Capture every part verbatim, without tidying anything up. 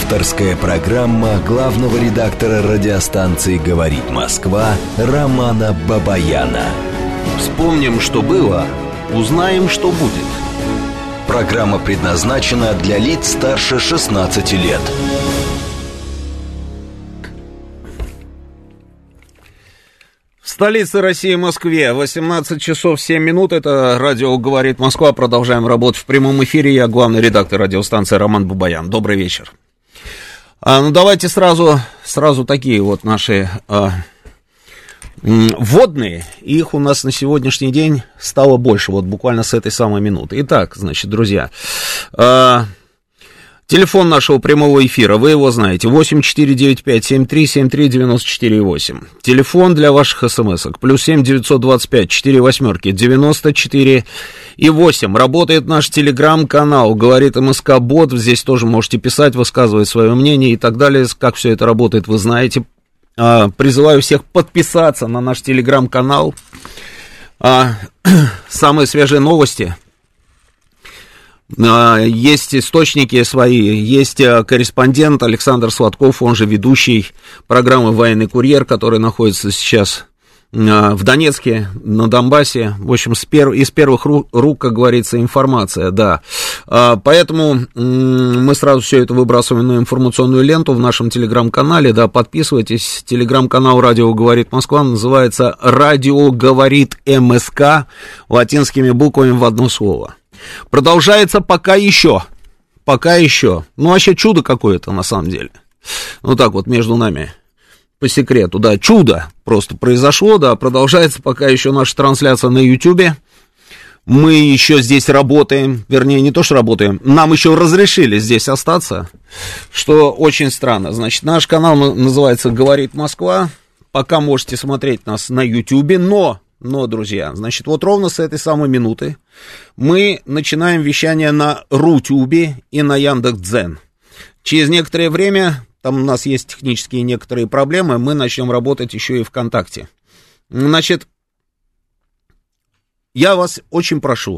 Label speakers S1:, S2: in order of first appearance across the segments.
S1: Авторская программа главного редактора радиостанции «Говорит Москва» Романа Бабаяна. Вспомним, что было, узнаем, что будет. Программа предназначена для лиц старше шестнадцати лет.
S2: В столице России, Москве, восемнадцать часов семь минут. Это радио «Говорит Москва». Продолжаем работу в прямом эфире. Я главный редактор радиостанции Роман Бабаян. Добрый вечер. А, ну, давайте сразу, сразу такие вот наши а, вводные. Их у нас на сегодняшний день стало больше, вот буквально с этой самой минуты. Итак, значит, друзья, а, телефон нашего прямого эфира, вы его знаете, восемь четыре девять пять семь три семь три девять четыре восемь. Телефон для ваших смс-ок, плюс семь девятьсот двадцать пять четыре восьмерки девяносто четыре и восемь. Работает наш телеграм-канал, говорит МСК-бот, здесь тоже можете писать, высказывать свое мнение и так далее. Как все это работает, вы знаете. А, призываю всех подписаться на наш телеграм-канал. А, самые свежие новости. Есть источники свои, есть корреспондент Александр Сладков, он же ведущий программы «Военный курьер», который находится сейчас в Донецке, на Донбассе. В общем, с пер... из первых рук, как говорится, информация, да. Поэтому мы сразу все это выбрасываем на информационную ленту в нашем телеграм-канале, да, подписывайтесь. Телеграм-канал «Радио говорит Москва» называется «Радио говорит МСК» латинскими буквами в одно слово. Продолжается пока еще, пока еще, ну вообще чудо какое-то на самом деле, ну так вот между нами, по секрету, да, чудо просто произошло, да, продолжается пока еще наша трансляция на Ютубе, мы еще здесь работаем, вернее не то что работаем, нам еще разрешили здесь остаться, что очень странно, значит, наш канал называется «Говорит Москва», пока можете смотреть нас на Ютубе, но... Но, друзья, значит, вот ровно с этой самой минуты мы начинаем вещание на Рутюбе и на Яндекс.Дзен. Через некоторое время, там у нас есть технические некоторые проблемы, мы начнем работать еще и ВКонтакте. Значит, я вас очень прошу,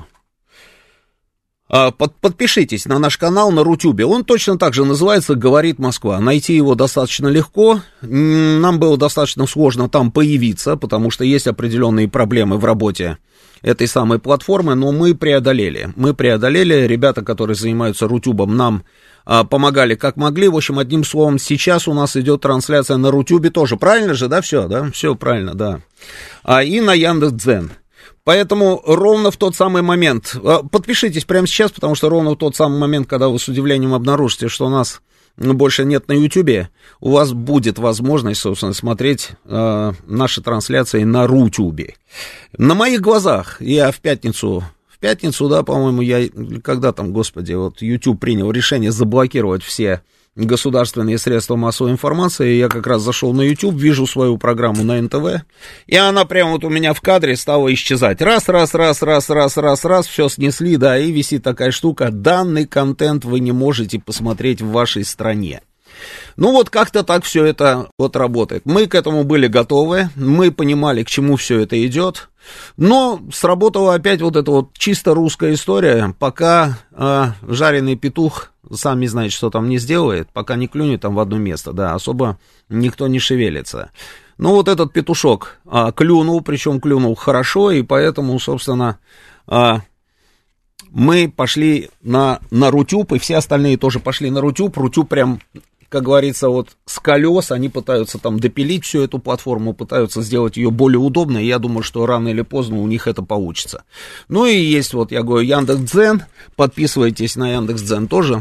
S2: под, подпишитесь на наш канал на Рутюбе, он точно так же называется «Говорит Москва», найти его достаточно легко, нам было достаточно сложно там появиться, потому что есть определенные проблемы в работе этой самой платформы, но мы преодолели, мы преодолели, ребята, которые занимаются Рутюбом, нам а, помогали как могли, в общем, одним словом, сейчас у нас идет трансляция на Рутюбе тоже, правильно же, да, все, да, все правильно, да, а, и на Яндекс.Дзен. Поэтому ровно в тот самый момент, подпишитесь прямо сейчас, потому что ровно в тот самый момент, когда вы с удивлением обнаружите, что у нас больше нет на Ютубе, у вас будет возможность, собственно, смотреть э, наши трансляции на Рутюбе. На моих глазах я в пятницу, в пятницу, да, по-моему, я, когда там, господи, вот YouTube принял решение заблокировать все государственные средства массовой информации, я как раз зашел на YouTube, вижу свою программу на эн тэ вэ, и она прямо вот у меня в кадре стала исчезать. Раз, раз, раз, раз, раз, раз, раз, все снесли, да, и висит такая штука, данный контент вы не можете посмотреть в вашей стране. Ну вот как-то так все это вот работает. Мы к этому были готовы, мы понимали, к чему все это идет, но сработала опять вот эта вот чисто русская история, пока э, жареный петух сам не знает, что там не сделает, пока не клюнет там в одно место, да, особо никто не шевелится. Ну вот этот петушок э, клюнул, причем клюнул хорошо, и поэтому, собственно, э, мы пошли на, на Рутюб, и все остальные тоже пошли на Рутюб. Рутюб прям, как говорится, вот с колес, они пытаются там допилить всю эту платформу, пытаются сделать ее более удобной, и я думаю, что рано или поздно у них это получится. Ну и есть вот, я говорю, Яндекс.Дзен, подписывайтесь на Яндекс.Дзен тоже.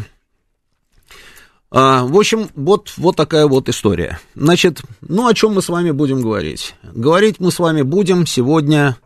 S2: А, в общем, вот, вот такая вот история. Значит, ну о чем мы с вами будем говорить? Говорить мы с вами будем сегодня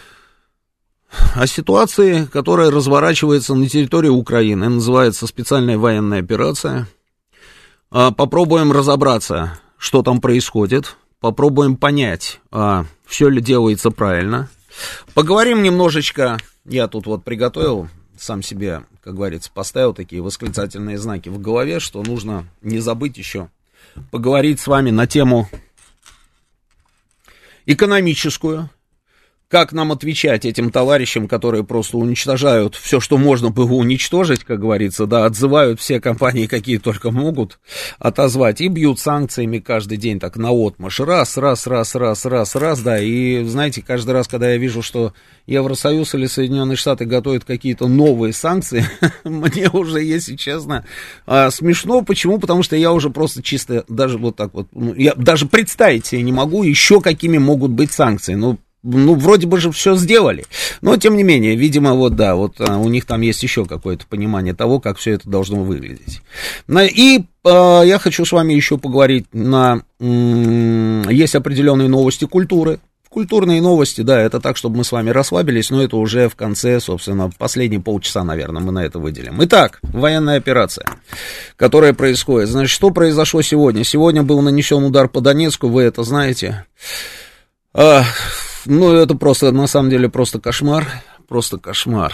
S2: о ситуации, которая разворачивается на территории Украины, называется специальная военная операция. Попробуем разобраться, что там происходит, попробуем понять, все ли делается правильно. Поговорим немножечко, я тут вот приготовил, сам себе, как говорится, поставил такие восклицательные знаки в голове, что нужно не забыть еще поговорить с вами на тему экономическую, как нам отвечать этим товарищам, которые просто уничтожают все, что можно было уничтожить, как говорится, да, отзывают все компании, какие только могут отозвать, и бьют санкциями каждый день так наотмашь, раз, раз, раз, раз, раз, раз, да, и, знаете, каждый раз, когда я вижу, что Евросоюз или Соединенные Штаты готовят какие-то новые санкции, мне уже, если честно, смешно. Почему? Потому что я уже просто чисто даже вот так вот, ну, я даже представить себе не могу еще, какими могут быть санкции, ну, Ну, вроде бы же все сделали, но, тем не менее, видимо, вот, да, вот а, у них там есть еще какое-то понимание того, как все это должно выглядеть. И а, я хочу с вами еще поговорить на... М- есть определенные новости культуры. Культурные новости, да, это так, чтобы мы с вами расслабились, но это уже в конце, собственно, последние полчаса, наверное, мы на это выделим. Итак, военная операция, которая происходит. Значит, что произошло сегодня? Сегодня был нанесен удар по Донецку, вы это знаете. А, ну, это просто, на самом деле, просто кошмар, просто кошмар.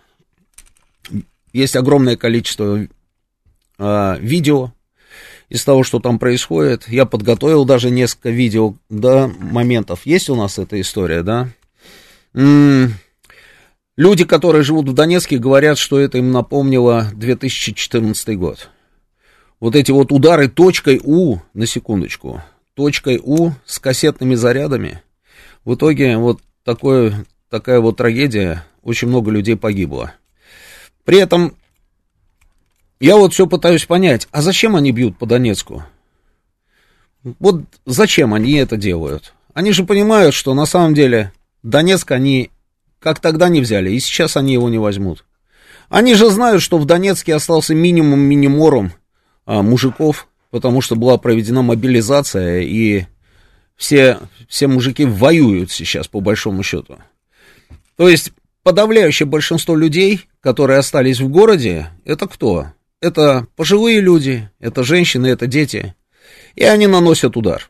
S2: Есть огромное количество а, видео из того, что там происходит. Я подготовил даже несколько видео, да, моментов. Есть у нас эта история, да? М-м- люди, которые живут в Донецке, говорят, что это им напомнило две тысячи четырнадцатый год. Вот эти вот удары точкой У, на секундочку, точкой У с кассетными зарядами. В итоге вот такое, такая вот трагедия, очень много людей погибло. При этом я вот все пытаюсь понять, а зачем они бьют по Донецку? Вот зачем они это делают? Они же понимают, что на самом деле Донецк они как тогда не взяли, и сейчас они его не возьмут. Они же знают, что в Донецке остался минимум миниморум а, мужиков, потому что была проведена мобилизация, и все, все мужики воюют сейчас, по большому счету. То есть подавляющее большинство людей, которые остались в городе, это кто? Это пожилые люди, это женщины, это дети, и они наносят удар.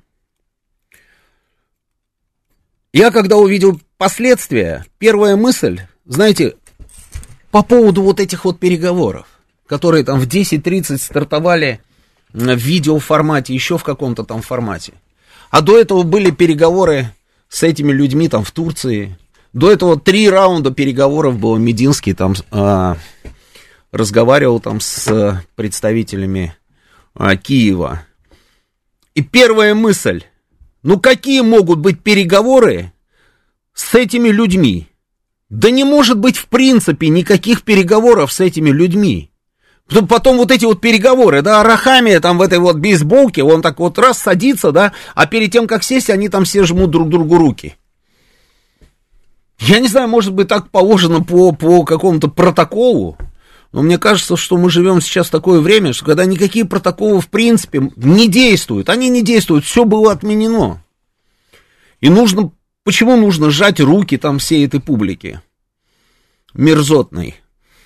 S2: Я когда увидел последствия, первая мысль, знаете, по поводу вот этих вот переговоров, которые там в десять тридцать стартовали в видеоформате, еще в каком-то там формате. А до этого были переговоры с этими людьми там в Турции. До этого три раунда переговоров было. Мединский там а, разговаривал там с представителями а, Киева. И первая мысль, ну какие могут быть переговоры с этими людьми? Да не может быть в принципе никаких переговоров с этими людьми. Потом, потом вот эти вот переговоры, да, Арахамия там в этой вот бейсболке, он так вот раз садится, да, а перед тем, как сесть, они там все жмут друг другу руки. Я не знаю, может быть, так положено по, по какому-то протоколу, но мне кажется, что мы живем сейчас в такое время, что когда никакие протоколы в принципе не действуют, они не действуют, все было отменено. И нужно, почему нужно сжать руки там всей этой публики мерзотной?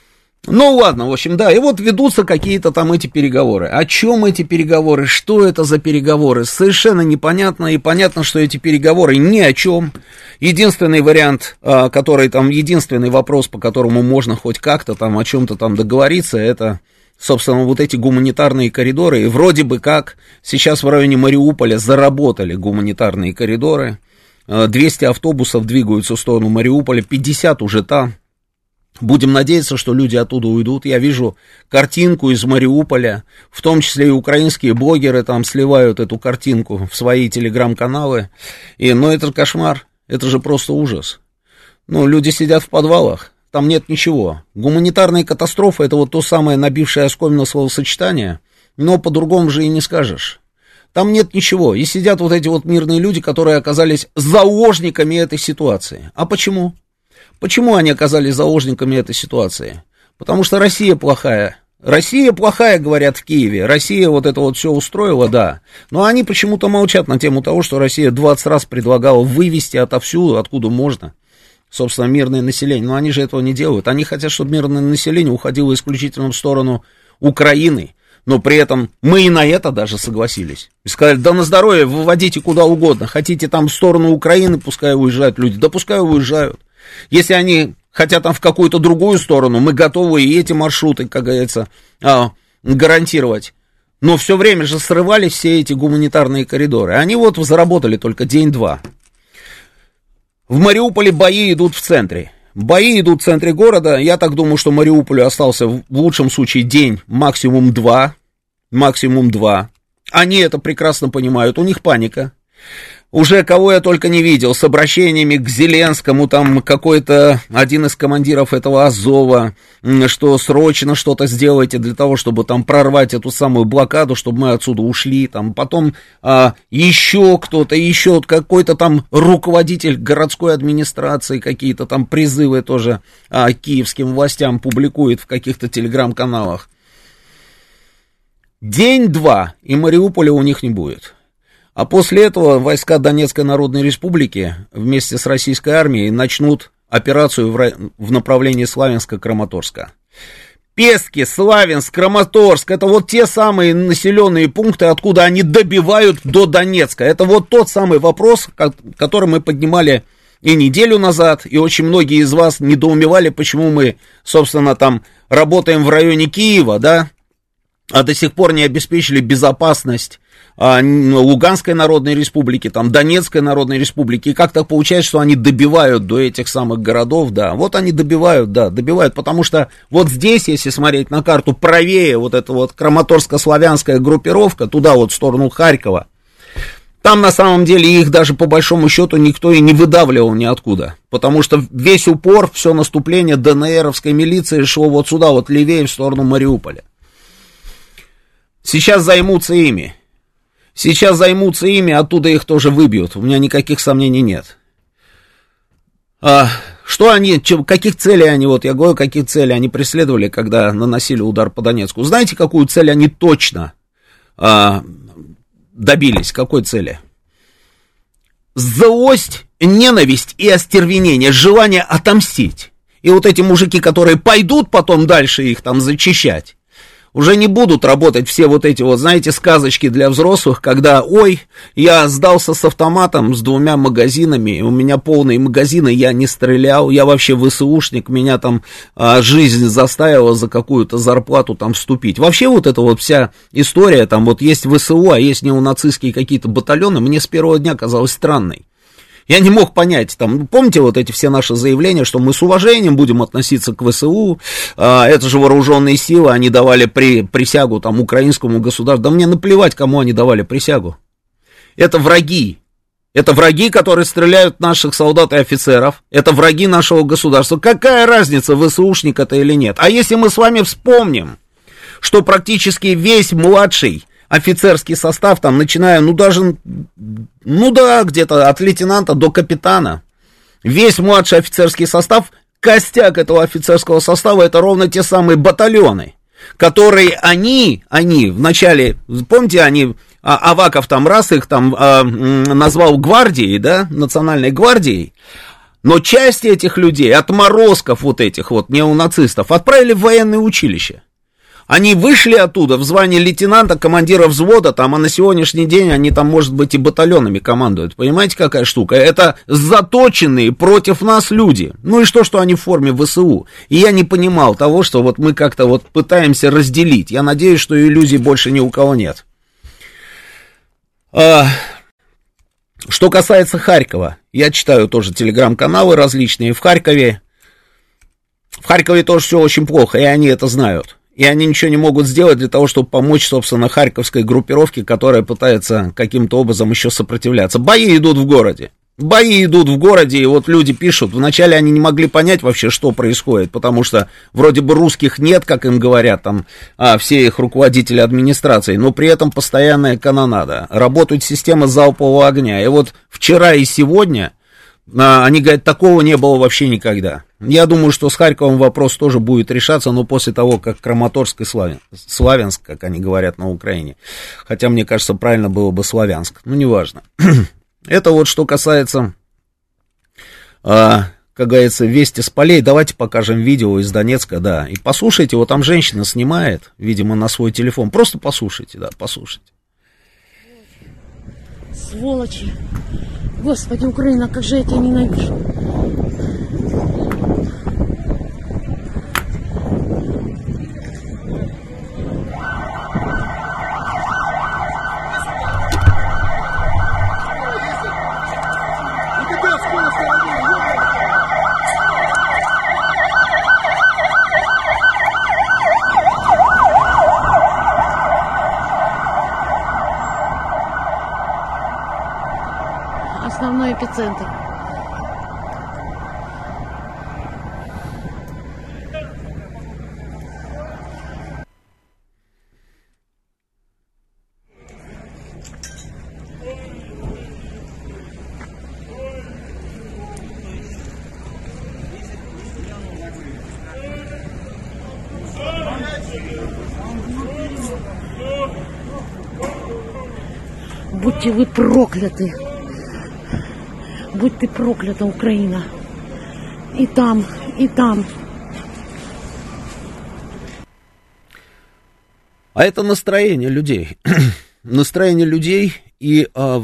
S2: Ну ладно, в общем, да, и вот ведутся какие-то там эти переговоры. О чем эти переговоры, что это за переговоры, совершенно непонятно, и понятно, что эти переговоры ни о чем. Единственный вариант, который там, единственный вопрос, по которому можно хоть как-то там о чем-то там договориться, это, собственно, вот эти гуманитарные коридоры. И вроде бы как сейчас в районе Мариуполя заработали гуманитарные коридоры, двести автобусов двигаются в сторону Мариуполя, пятьдесят уже там. Будем надеяться, что люди оттуда уйдут. Я вижу картинку из Мариуполя, в том числе и украинские блогеры там сливают эту картинку в свои телеграм-каналы. И, ну, это кошмар, это же просто ужас. Ну, люди сидят в подвалах, там нет ничего. Гуманитарные катастрофы — это вот то самое набившее оскомину словосочетание, но по-другому же и не скажешь. Там нет ничего, и сидят вот эти вот мирные люди, которые оказались заложниками этой ситуации. А почему? Почему они оказались заложниками этой ситуации? Потому что Россия плохая. Россия плохая, говорят в Киеве. Россия вот это вот все устроила, да. Но они почему-то молчат на тему того, что Россия двадцать раз предлагала вывести отовсюду, откуда можно, собственно, мирное население. Но они же этого не делают. Они хотят, чтобы мирное население уходило исключительно в сторону Украины. Но при этом мы и на это даже согласились. И сказали, да на здоровье, выводите куда угодно. Хотите там в сторону Украины, пускай уезжают люди. Да пускай уезжают. Если они хотят там в какую-то другую сторону, мы готовы и эти маршруты, как говорится, гарантировать. Но все время же срывали все эти гуманитарные коридоры. Они вот заработали только день-два. В Мариуполе бои идут в центре. Бои идут в центре города. Я так думаю, что Мариуполю остался в лучшем случае день, максимум два. Максимум два. Они это прекрасно понимают, у них паника. Уже кого я только не видел, с обращениями к Зеленскому, там какой-то один из командиров этого Азова, что срочно что-то сделайте для того, чтобы там прорвать эту самую блокаду, чтобы мы отсюда ушли, там потом а, еще кто-то, еще какой-то там руководитель городской администрации, какие-то там призывы тоже а, киевским властям публикует в каких-то телеграм-каналах. День-два, и Мариуполя у них не будет. А после этого войска Донецкой Народной Республики вместе с российской армией начнут операцию в, в направлении Славянска-Краматорска. Пески, Славянск, Краматорск — это вот те самые населенные пункты, откуда они добивают до Донецка. Это вот тот самый вопрос, который мы поднимали и неделю назад, и очень многие из вас недоумевали, почему мы, собственно, там работаем в районе Киева, да, а до сих пор не обеспечили безопасность а, Луганской Народной Республики, там, Донецкой Народной Республики, и как так получается, что они добивают до этих самых городов, да, вот они добивают, да, добивают, потому что вот здесь, если смотреть на карту, правее вот эта вот Краматорско-славянская группировка, туда вот в сторону Харькова, там на самом деле их даже по большому счету никто и не выдавливал ниоткуда, потому что весь упор, все наступление ДНРовской милиции шло вот сюда, вот левее, в сторону Мариуполя. Сейчас займутся ими. Сейчас займутся ими, оттуда их тоже выбьют. У меня никаких сомнений нет. А, что они, чем, каких целей они, вот я говорю, каких целей они преследовали, когда наносили удар по Донецку? Знаете, какую цель они точно а, добились? Какой цели? Злость, ненависть и остервенение, желание отомстить. И вот эти мужики, которые пойдут потом дальше их там зачищать, уже не будут работать все вот эти вот, знаете, сказочки для взрослых, когда, ой, я сдался с автоматом, с двумя магазинами, у меня полные магазины, я не стрелял, я вообще ВСУшник, меня там а, жизнь заставила за какую-то зарплату там вступить. Вообще вот эта вот вся история, там вот есть ВСУ, а есть неонацистские какие-то батальоны, мне с первого дня казалось странной. Я не мог понять, там, помните вот эти все наши заявления, что мы с уважением будем относиться к ВСУ, а, это же вооруженные силы, они давали при, присягу там украинскому государству, да мне наплевать, кому они давали присягу. Это враги, это враги, которые стреляют в наших солдат и офицеров, это враги нашего государства. Какая разница, ВСУшник это или нет? А если мы с вами вспомним, что практически весь младший офицерский состав, там, начиная, ну, даже, ну, да, где-то от лейтенанта до капитана, весь младший офицерский состав, костяк этого офицерского состава, это ровно те самые батальоны, которые они, они, вначале, помните, они, а, Аваков там раз их там а, назвал гвардией, да, национальной гвардией, но часть этих людей, отморозков вот этих вот неонацистов, отправили в военное училище. Они вышли оттуда в звании лейтенанта, командира взвода, там, а на сегодняшний день они там, может быть, и батальонами командуют. Понимаете, какая штука? Это заточенные против нас люди. Ну и что, что они в форме ВСУ? И я не понимал того, что вот мы как-то вот пытаемся разделить. Я надеюсь, что иллюзий больше ни у кого нет. А, что касается Харькова, я читаю тоже телеграм-каналы различные в Харькове. В Харькове тоже все очень плохо, и они это знают. И они ничего не могут сделать для того, чтобы помочь, собственно, харьковской группировке, которая пытается каким-то образом еще сопротивляться. Бои идут в городе. Бои идут в городе, и вот люди пишут. Вначале они не могли понять вообще, что происходит, потому что вроде бы русских нет, как им говорят, там, а, все их руководители администрации, но при этом постоянная канонада. Работают системы залпового огня. И вот вчера и сегодня а, они говорят, такого не было вообще никогда. Я думаю, что с Харьковом вопрос тоже будет решаться, но после того, как Краматорск и Славян, Славянск, как они говорят на Украине. Хотя, мне кажется, правильно было бы Славянск. Ну, неважно. Это вот что касается, а, как говорится, вести с полей. Давайте покажем видео из Донецка, да. И послушайте, вот там женщина снимает, видимо, на свой телефон. Просто послушайте, да, послушайте.
S3: Сволочи. Господи, Украина, как же я тебя ненавижу.
S4: У тебя сколько
S3: основной эпицентр. Будьте вы прокляты. Будь ты проклята, Украина. И там, и там.
S2: А это настроение людей. Настроение людей и а,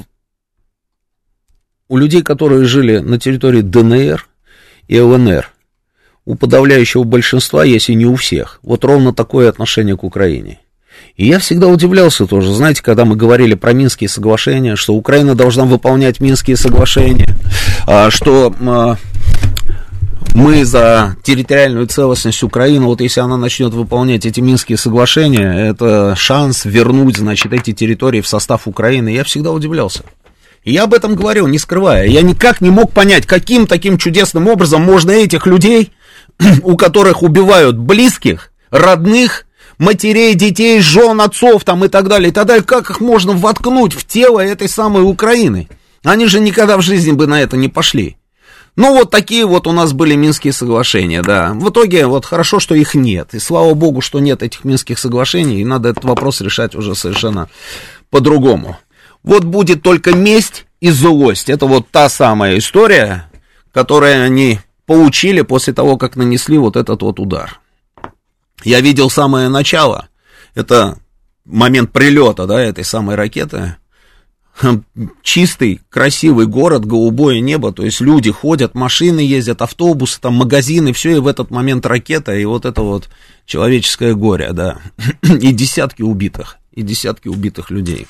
S2: у людей, которые жили на территории ДНР и ЛНР, у подавляющего большинства, если не у всех, вот ровно такое отношение к Украине. И я всегда удивлялся тоже, знаете, когда мы говорили про Минские соглашения, что Украина должна выполнять Минские соглашения, что мы за территориальную целостность Украины, вот если она начнет выполнять эти Минские соглашения, это шанс вернуть, значит, эти территории в состав Украины. Я всегда удивлялся. И я об этом говорил, не скрывая. Я никак не мог понять, каким таким чудесным образом можно этих людей, у которых убивают близких, родных, матерей, детей, жен, отцов там и так далее, и так далее, как их можно воткнуть в тело этой самой Украины? Они же никогда в жизни бы на это не пошли. Ну, вот такие вот у нас были Минские соглашения, да. В итоге, вот хорошо, что их нет. И слава богу, что нет этих Минских соглашений, и надо этот вопрос решать уже совершенно по-другому. Вот будет только месть и злость. Это вот та самая история, которую они получили после того, как нанесли вот этот вот удар. Я видел самое начало, это момент прилета, да, этой самой ракеты. Чистый, красивый город, голубое небо, то есть люди ходят, машины ездят, автобусы, там магазины, все, и в этот момент ракета, и вот это вот человеческое горе, да, и десятки убитых, и десятки убитых людей.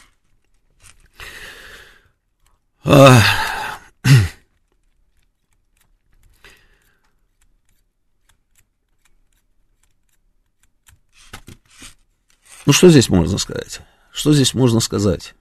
S2: Ну, что здесь можно сказать? Что здесь можно сказать?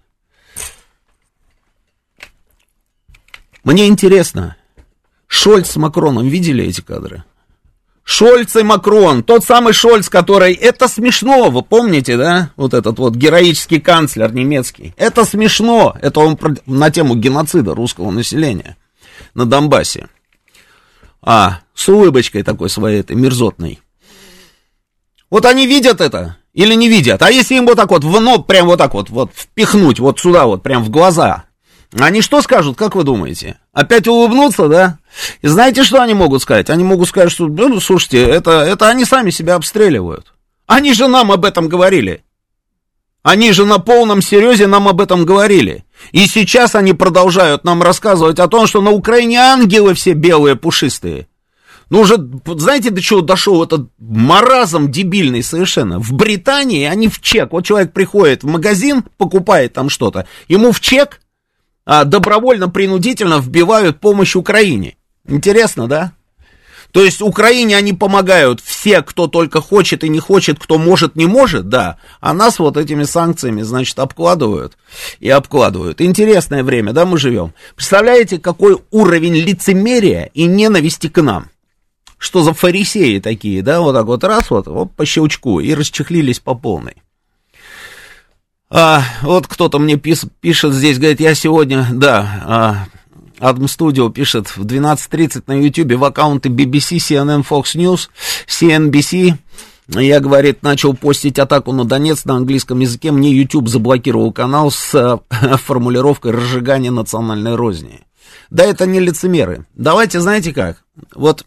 S2: Мне интересно, Шольц с Макроном видели эти кадры? Шольц и Макрон, тот самый Шольц, который... Это смешно, вы помните, да? Вот этот вот героический канцлер немецкий. Это смешно, это он на тему геноцида русского населения на Донбассе. А, с улыбочкой такой своей, этой мерзотной. Вот они видят это или не видят? А если им вот так вот в нос, прям вот так вот, вот впихнуть вот сюда вот, прям в глаза, они что скажут, как вы думаете? Опять улыбнутся, да? И знаете, что они могут сказать? Они могут сказать, что, ну, слушайте, это, это они сами себя обстреливают. Они же нам об этом говорили. Они же на полном серьезе нам об этом говорили. И сейчас они продолжают нам рассказывать о том, что на Украине ангелы все белые, пушистые. Ну, уже, знаете, до чего дошел этот маразм дебильный совершенно. В Британии они в чек. Вот человек приходит в магазин, покупает там что-то, ему в чек а, добровольно-принудительно вбивают помощь Украине. Интересно, да? То есть Украине они помогают все, кто только хочет и не хочет, кто может, не может, да. А нас вот этими санкциями, значит, обкладывают и обкладывают. Интересное время, да, мы живем. Представляете, какой уровень лицемерия и ненависти к нам? Что за фарисеи такие, да, вот так вот раз, вот, вот по щелчку, и расчехлились по полной. А, вот кто-то мне пис, пишет здесь, говорит, я сегодня, да, Адам Студио пишет в двенадцать тридцать на Ютубе в аккаунты би би си, си эн эн, Fox News, си эн би си. Я, говорит, начал постить атаку на Донецк на английском языке, мне YouTube заблокировал канал с формулировкой разжигания национальной розни. Да, это не лицемеры. Давайте, знаете как, вот...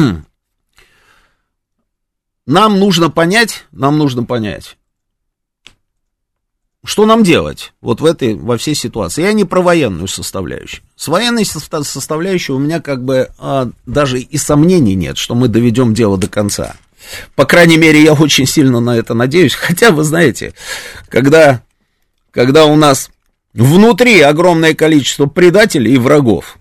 S2: Нам нужно понять, нам нужно понять, что нам делать вот в этой, во всей ситуации. Я не про военную составляющую. С военной составляющей у меня как бы а, даже и сомнений нет, что мы доведем дело до конца. По крайней мере, я очень сильно на это надеюсь. Хотя, вы знаете, когда, когда у нас внутри огромное количество предателей и врагов,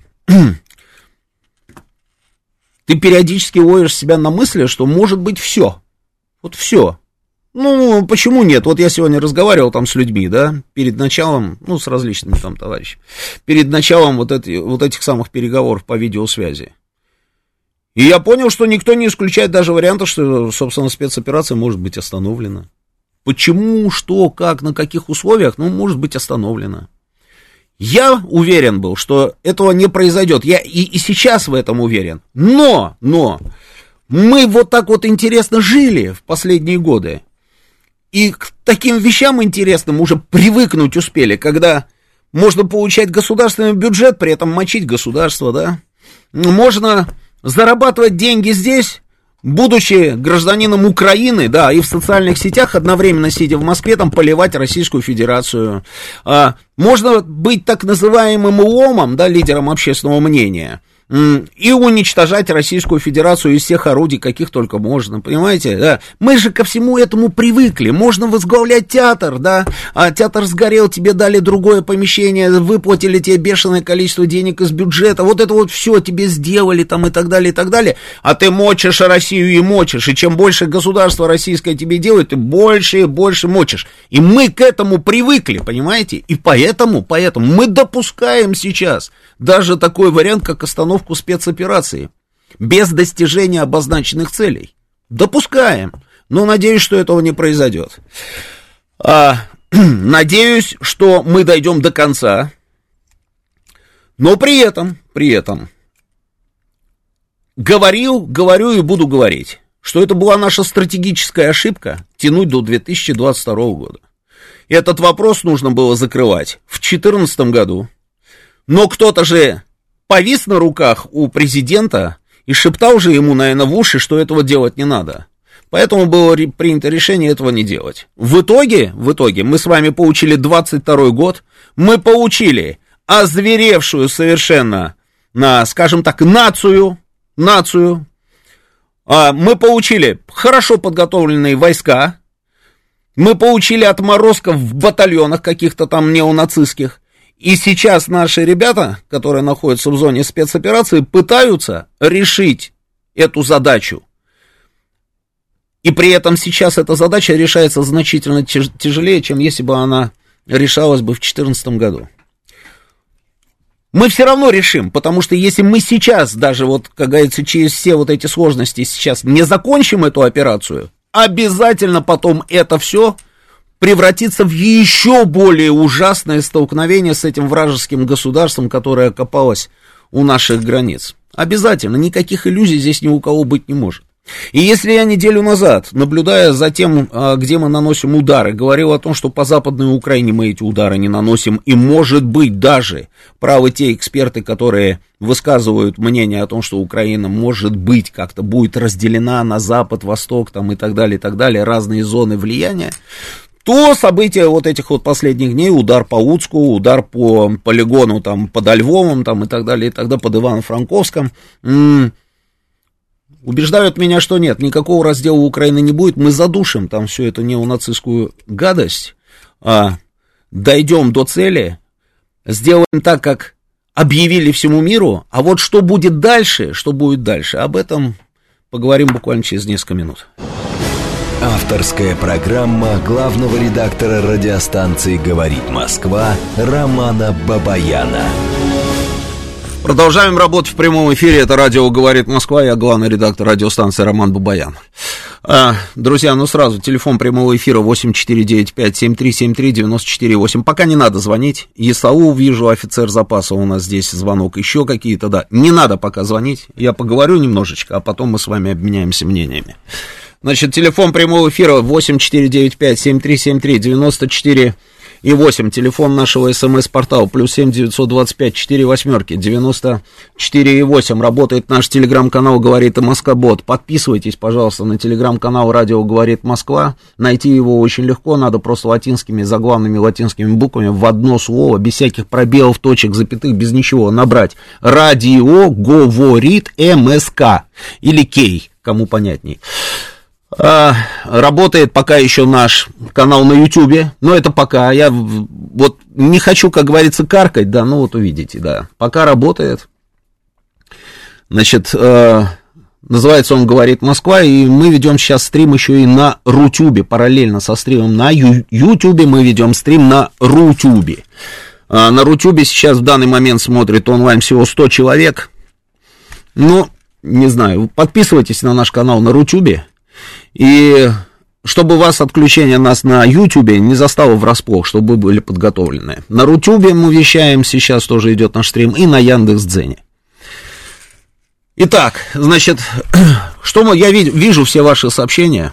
S2: ты периодически ловишь себя на мысли, что может быть все. Вот все. Ну, почему нет? Вот я сегодня разговаривал там с людьми, да, перед началом, ну, с различными там товарищами, перед началом вот, эти, вот этих самых переговоров по видеосвязи. И я понял, что никто не исключает даже варианта, что, собственно, спецоперация может быть остановлена. Почему, что, как, на каких условиях, ну, может быть остановлена. Я уверен был, что этого не произойдет. Я и, и сейчас в этом уверен. Но, но, мы вот так вот интересно жили в последние годы. И к таким вещам интересным уже привыкнуть успели, когда можно получать государственный бюджет, при этом мочить государство, да. Можно зарабатывать деньги здесь, будучи гражданином Украины, да, и в социальных сетях, одновременно сидя в Москве, там, поливать Российскую Федерацию. А, можно быть так называемым ИОМом, да, лидером общественного мнения, и уничтожать Российскую Федерацию из всех орудий, каких только можно, понимаете, да, мы же ко всему этому привыкли, можно возглавлять театр, да, а театр сгорел, тебе дали другое помещение, выплатили тебе бешеное количество денег из бюджета, вот это вот все тебе сделали там и так далее, и так далее, а ты мочишь Россию и мочишь, и чем больше государство российское тебе делает, ты больше и больше мочишь, и мы к этому привыкли, понимаете, и поэтому, поэтому мы допускаем сейчас даже такой вариант, как остановку спецоперации, без достижения обозначенных целей. Допускаем, но надеюсь, что этого не произойдет. А, надеюсь, что мы дойдем до конца, но при этом, при этом, говорил, говорю и буду говорить, что это была наша стратегическая ошибка тянуть до две тысячи двадцать второго года. И этот вопрос нужно было закрывать в две тысячи четырнадцатом году. Но кто-то же повис на руках у президента и шептал же ему, наверное, в уши, что этого делать не надо. Поэтому было принято решение этого не делать. В итоге, в итоге мы с вами получили двадцать второй год, мы получили озверевшую совершенно, на, скажем так, нацию, нацию, мы получили хорошо подготовленные войска, мы получили отморозков в батальонах каких-то там неонацистских. И сейчас наши ребята, которые находятся в зоне спецоперации, пытаются решить эту задачу. И при этом сейчас эта задача решается значительно тяжелее, чем если бы она решалась бы в две тысячи четырнадцатом году. Мы все равно решим, потому что если мы сейчас, даже вот, как говорится, через все вот эти сложности сейчас не закончим эту операцию, обязательно потом это все превратиться в еще более ужасное столкновение с этим вражеским государством, которое окопалось у наших границ. Обязательно, никаких иллюзий здесь ни у кого быть не может. И если я неделю назад, наблюдая за тем, где мы наносим удары, говорил о том, что по Западной Украине мы эти удары не наносим, и, может быть, даже правы те эксперты, которые высказывают мнение о том, что Украина, может быть, как-то будет разделена на Запад, Восток, там, и так далее, и так далее, разные зоны влияния, то события вот этих вот последних дней, удар по Луцку, удар по полигону там под Львовом там, и так далее, и тогда под Ивано-Франковском, м- убеждают меня, что нет, никакого раздела Украины не будет, мы задушим там всю эту неонацистскую гадость, а, дойдем до цели, сделаем так, как объявили всему миру, а вот что будет дальше, что будет дальше, об этом поговорим буквально через несколько минут.
S1: Авторская программа главного редактора радиостанции «Говорит Москва» Романа Бабаяна.
S2: Продолжаем работать в прямом эфире. Это радио «Говорит Москва». Я главный редактор радиостанции Роман Бабаян. А, друзья, ну сразу, телефон прямого эфира восемь четыре девять пять семь три семь три девять четыре восемь. Пока не надо звонить. ЕСАУ, вижу, офицер запаса у нас здесь звонок. Еще какие-то, да. Не надо пока звонить. Я поговорю немножечко, а потом мы с вами обменяемся мнениями. Значит, телефон прямого эфира восемь четыре девять пять семь три семь три девять четыре восемь. Телефон нашего смс-портала плюс семь девятьсот двадцать пять четыре восьмерки девяносто четыре восемь. Работает наш телеграм-канал «Говорит Москва-бот». Подписывайтесь, пожалуйста, на телеграм-канал «Радио Говорит Москва». Найти его очень легко, надо просто латинскими, заглавными латинскими буквами в одно слово, без всяких пробелов, точек, запятых, без ничего, набрать «Радио Говорит МСК» или «Кей», кому понятней. А, работает пока еще наш канал на Ютубе, но это пока, я вот не хочу, как говорится, каркать, да, ну вот увидите, да, пока работает. Значит, э, Называется он «Говорит Москва», и мы ведем сейчас стрим еще и на Рутюбе. Параллельно со стримом на Ю- Ютубе мы ведем стрим на Рутюбе. А, на Рутюбе сейчас в данный момент смотрит онлайн всего сто человек. Ну, не знаю, подписывайтесь на наш канал на Рутюбе. И чтобы вас отключение нас на Ютубе не застало врасплох, чтобы вы были подготовлены. На Рутюбе мы вещаем, сейчас тоже идет наш стрим, и на Яндекс.Дзене. Итак, значит, что мы, я вид, вижу все ваши сообщения.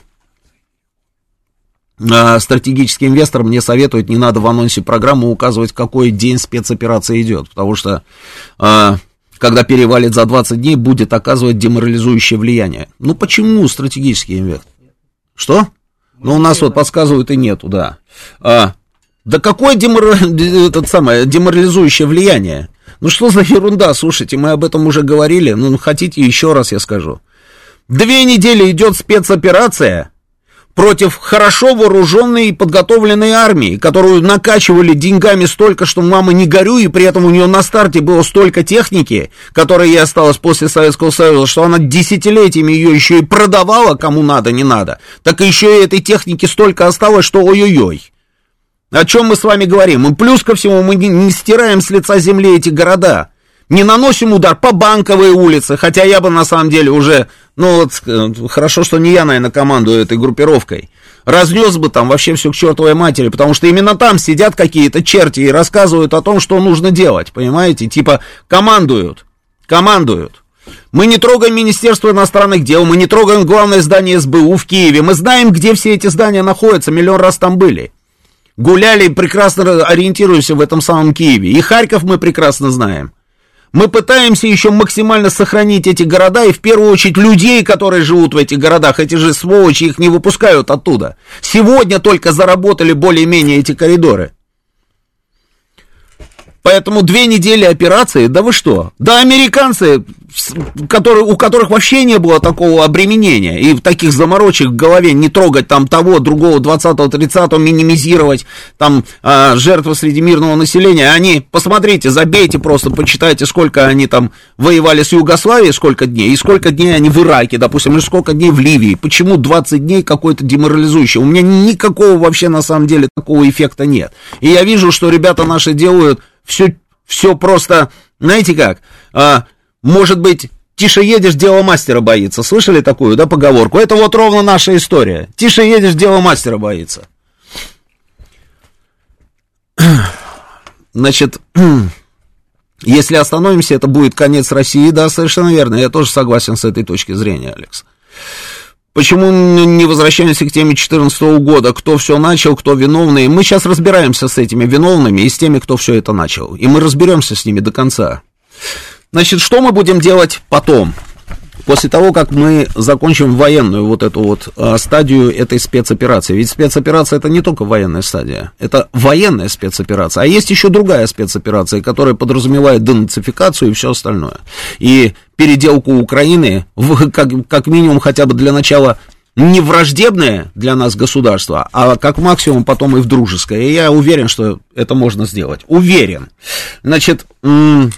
S2: А, стратегический инвестор мне советует, не надо в анонсе программы указывать, какой день спецоперация идет, потому что, а, когда перевалит за двадцать дней, будет оказывать деморализующее влияние. Ну, почему стратегический инвестор? Что? Ну, у нас вот подсказывают и нету, да. А, да какое демор... этот самое, деморализующее влияние? Ну, что за ерунда, слушайте, мы об этом уже говорили, ну, хотите, еще раз я скажу. Две недели идет спецоперация против хорошо вооруженной и подготовленной армии, которую накачивали деньгами столько, что мама не горюй, и при этом у нее на старте было столько техники, которая ей осталась после Советского Союза, что она десятилетиями ее еще и продавала, кому надо, не надо, так и еще и этой техники столько осталось, что ой-ой-ой. О чем мы с вами говорим? И плюс ко всему мы не, не стираем с лица земли эти города, не наносим удар по Банковой улице, хотя я бы на самом деле уже, ну вот, хорошо, что не я, наверное, командую этой группировкой, разнес бы там вообще все к чертовой матери, потому что именно там сидят какие-то черти и рассказывают о том, что нужно делать, понимаете, типа командуют, командуют. Мы не трогаем Министерство иностранных дел, мы не трогаем главное здание эс бэ у в Киеве, мы знаем, где все эти здания находятся, миллион раз там были. Гуляли, прекрасно ориентируемся в этом самом Киеве. И Харьков мы прекрасно знаем. Мы пытаемся еще максимально сохранить эти города, и в первую очередь людей, которые живут в этих городах. Эти же сволочи их не выпускают оттуда. Сегодня только заработали более-менее эти коридоры. Поэтому две недели операции, да вы что? Да американцы, которые, у которых вообще не было такого обременения, и таких заморочек в голове, не трогать там того, другого, двадцатого, тридцатого, минимизировать там а, жертвы среди мирного населения, они, посмотрите, забейте просто, почитайте, сколько они там воевали с Югославией, сколько дней, и сколько дней они в Ираке, допустим, или сколько дней в Ливии, почему двадцать дней какой-то деморализующий, у меня никакого вообще на самом деле такого эффекта нет, и я вижу, что ребята наши делают Все, все просто, знаете как, а, может быть, тише едешь, дело мастера боится. Слышали такую, да, поговорку? Это вот ровно наша история. Тише едешь, дело мастера боится. Значит, если остановимся, это будет конец России, да, совершенно верно. Я тоже согласен с этой точки зрения, Алекс. Почему не возвращаемся к теме четырнадцатого года, кто все начал, кто виновный? Мы сейчас разбираемся с этими виновными и с теми, кто все это начал. И мы разберемся с ними до конца. Значит, что мы будем делать потом? После того, как мы закончим военную вот эту вот а, стадию этой спецоперации. Ведь спецоперация это не только военная стадия, это военная спецоперация. А есть еще другая спецоперация, которая подразумевает денацификацию и все остальное. И переделку Украины в, как, как минимум хотя бы для начала не враждебное для нас государство, а как максимум потом и в дружеское. И я уверен, что это можно сделать. Уверен. Значит... М-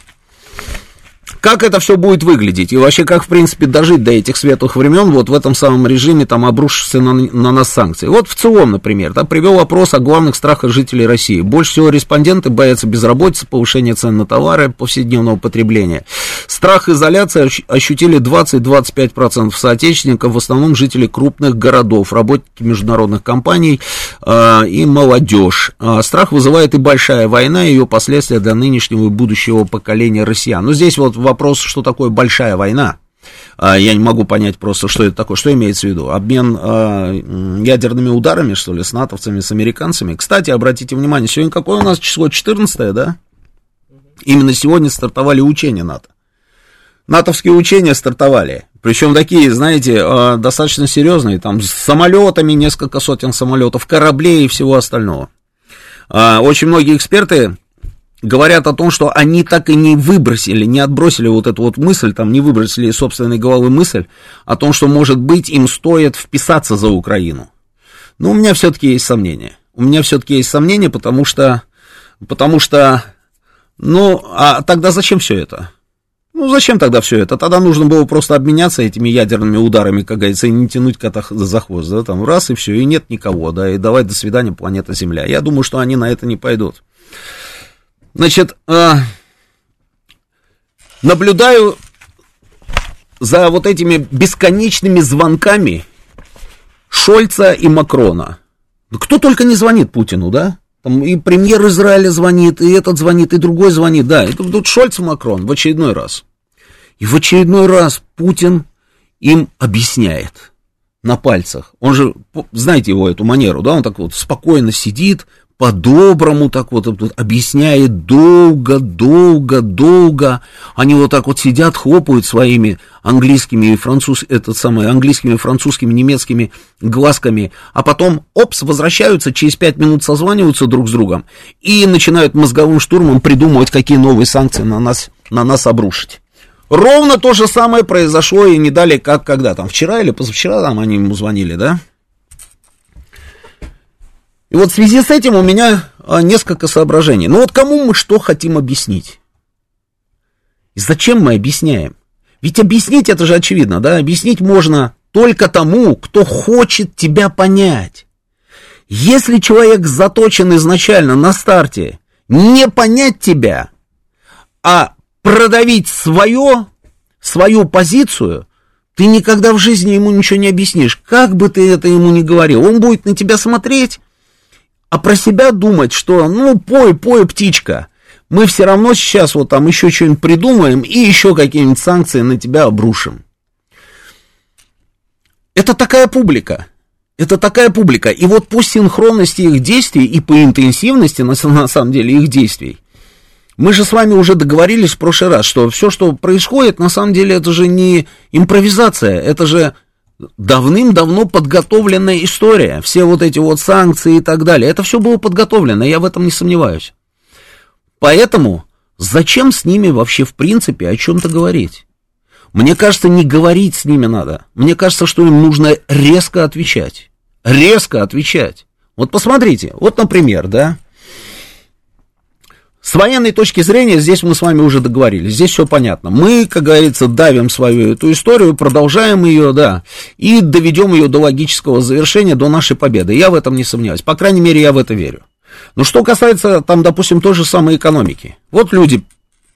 S2: Как это все будет выглядеть? И вообще, как, в принципе, дожить до этих светлых времен, вот в этом самом режиме, там, обрушившихся на, на нас санкции? Вот в ЦИОМ, например, да, привел опрос о главных страхах жителей России. Больше всего респонденты боятся безработицы, повышения цен на товары повседневного потребления. Страх изоляции ощутили двадцать-двадцать пять процентов соотечественников, в основном жители крупных городов, работники международных компаний э, и молодежь. А страх вызывает и большая война, и ее последствия для нынешнего и будущего поколения россиян. Но здесь вот вопрос, что такое большая война. Я не могу понять просто, что это такое, что имеется в виду. Обмен э, ядерными ударами, что ли, с натовцами, с американцами. Кстати, обратите внимание, сегодня какое у нас число? четырнадцатое, да? Именно сегодня стартовали учения НАТО. натовские учения стартовали. Причем такие, знаете, э, достаточно серьезные. Там с самолетами, несколько сотен самолетов, кораблей и всего остального. Э, очень многие эксперты говорят о том, что они так и не выбросили, не отбросили вот эту вот мысль, там, не выбросили из собственной головы мысль о том, что, может быть, им стоит вписаться за Украину. Но у меня все-таки есть сомнения. У меня все-таки есть сомнения, потому что, потому что, ну, а тогда зачем все это? Ну, зачем тогда все это? Тогда нужно было просто обменяться этими ядерными ударами, как говорится, и не тянуть кота за хвост, да, там раз и все, и нет никого, да, и давай до свидания, планета Земля. Я думаю, что они на это не пойдут. Значит, э, наблюдаю за вот этими бесконечными звонками Шольца и Макрона. Кто только не звонит Путину, да? Там и премьер Израиля звонит, и этот звонит, и другой звонит, да. И тут Шольц и Макрон в очередной раз. И в очередной раз Путин им объясняет на пальцах. Он же, знаете его эту манеру, да? Он так вот спокойно сидит, по-доброму так вот объясняет долго, долго, долго. Они вот так вот сидят, хлопают своими английскими и француз, этот самый, английскими, французскими, немецкими глазками, а потом, опс, возвращаются, через пять минут созваниваются друг с другом и начинают мозговым штурмом придумывать, какие новые санкции на нас, на нас обрушить. Ровно то же самое произошло и не далее, как когда там, вчера или позавчера там они ему звонили, да? И вот в связи с этим у меня а, несколько соображений. Ну вот кому мы что хотим объяснить? И зачем мы объясняем? Ведь объяснить это же очевидно, да? Объяснить можно только тому, кто хочет тебя понять. Если человек заточен изначально на старте не понять тебя, а продавить свое, свою позицию, ты никогда в жизни ему ничего не объяснишь. Как бы ты это ему ни говорил, он будет на тебя смотреть, а про себя думать, что, ну, пой, пой, птичка, мы все равно сейчас вот там еще что-нибудь придумаем и еще какие-нибудь санкции на тебя обрушим. Это такая публика, это такая публика, и вот по синхронности их действий и по интенсивности, на, на самом деле, их действий, мы же с вами уже договорились в прошлый раз, что все, что происходит, на самом деле, это же не импровизация, это же давным-давно подготовленная история, все вот эти вот санкции и так далее, это все было подготовлено, я в этом не сомневаюсь. Поэтому зачем с ними вообще в принципе о чем-то говорить? Мне кажется, не говорить с ними надо, мне кажется, что им нужно резко отвечать, резко отвечать. Вот посмотрите, вот, например, да, с военной точки зрения, здесь мы с вами уже договорились, здесь все понятно. Мы, как говорится, давим свою эту историю, продолжаем ее, да, и доведем ее до логического завершения, до нашей победы. Я в этом не сомневаюсь, по крайней мере, я в это верю. Но что касается, там, допустим, той же самой экономики. Вот люди,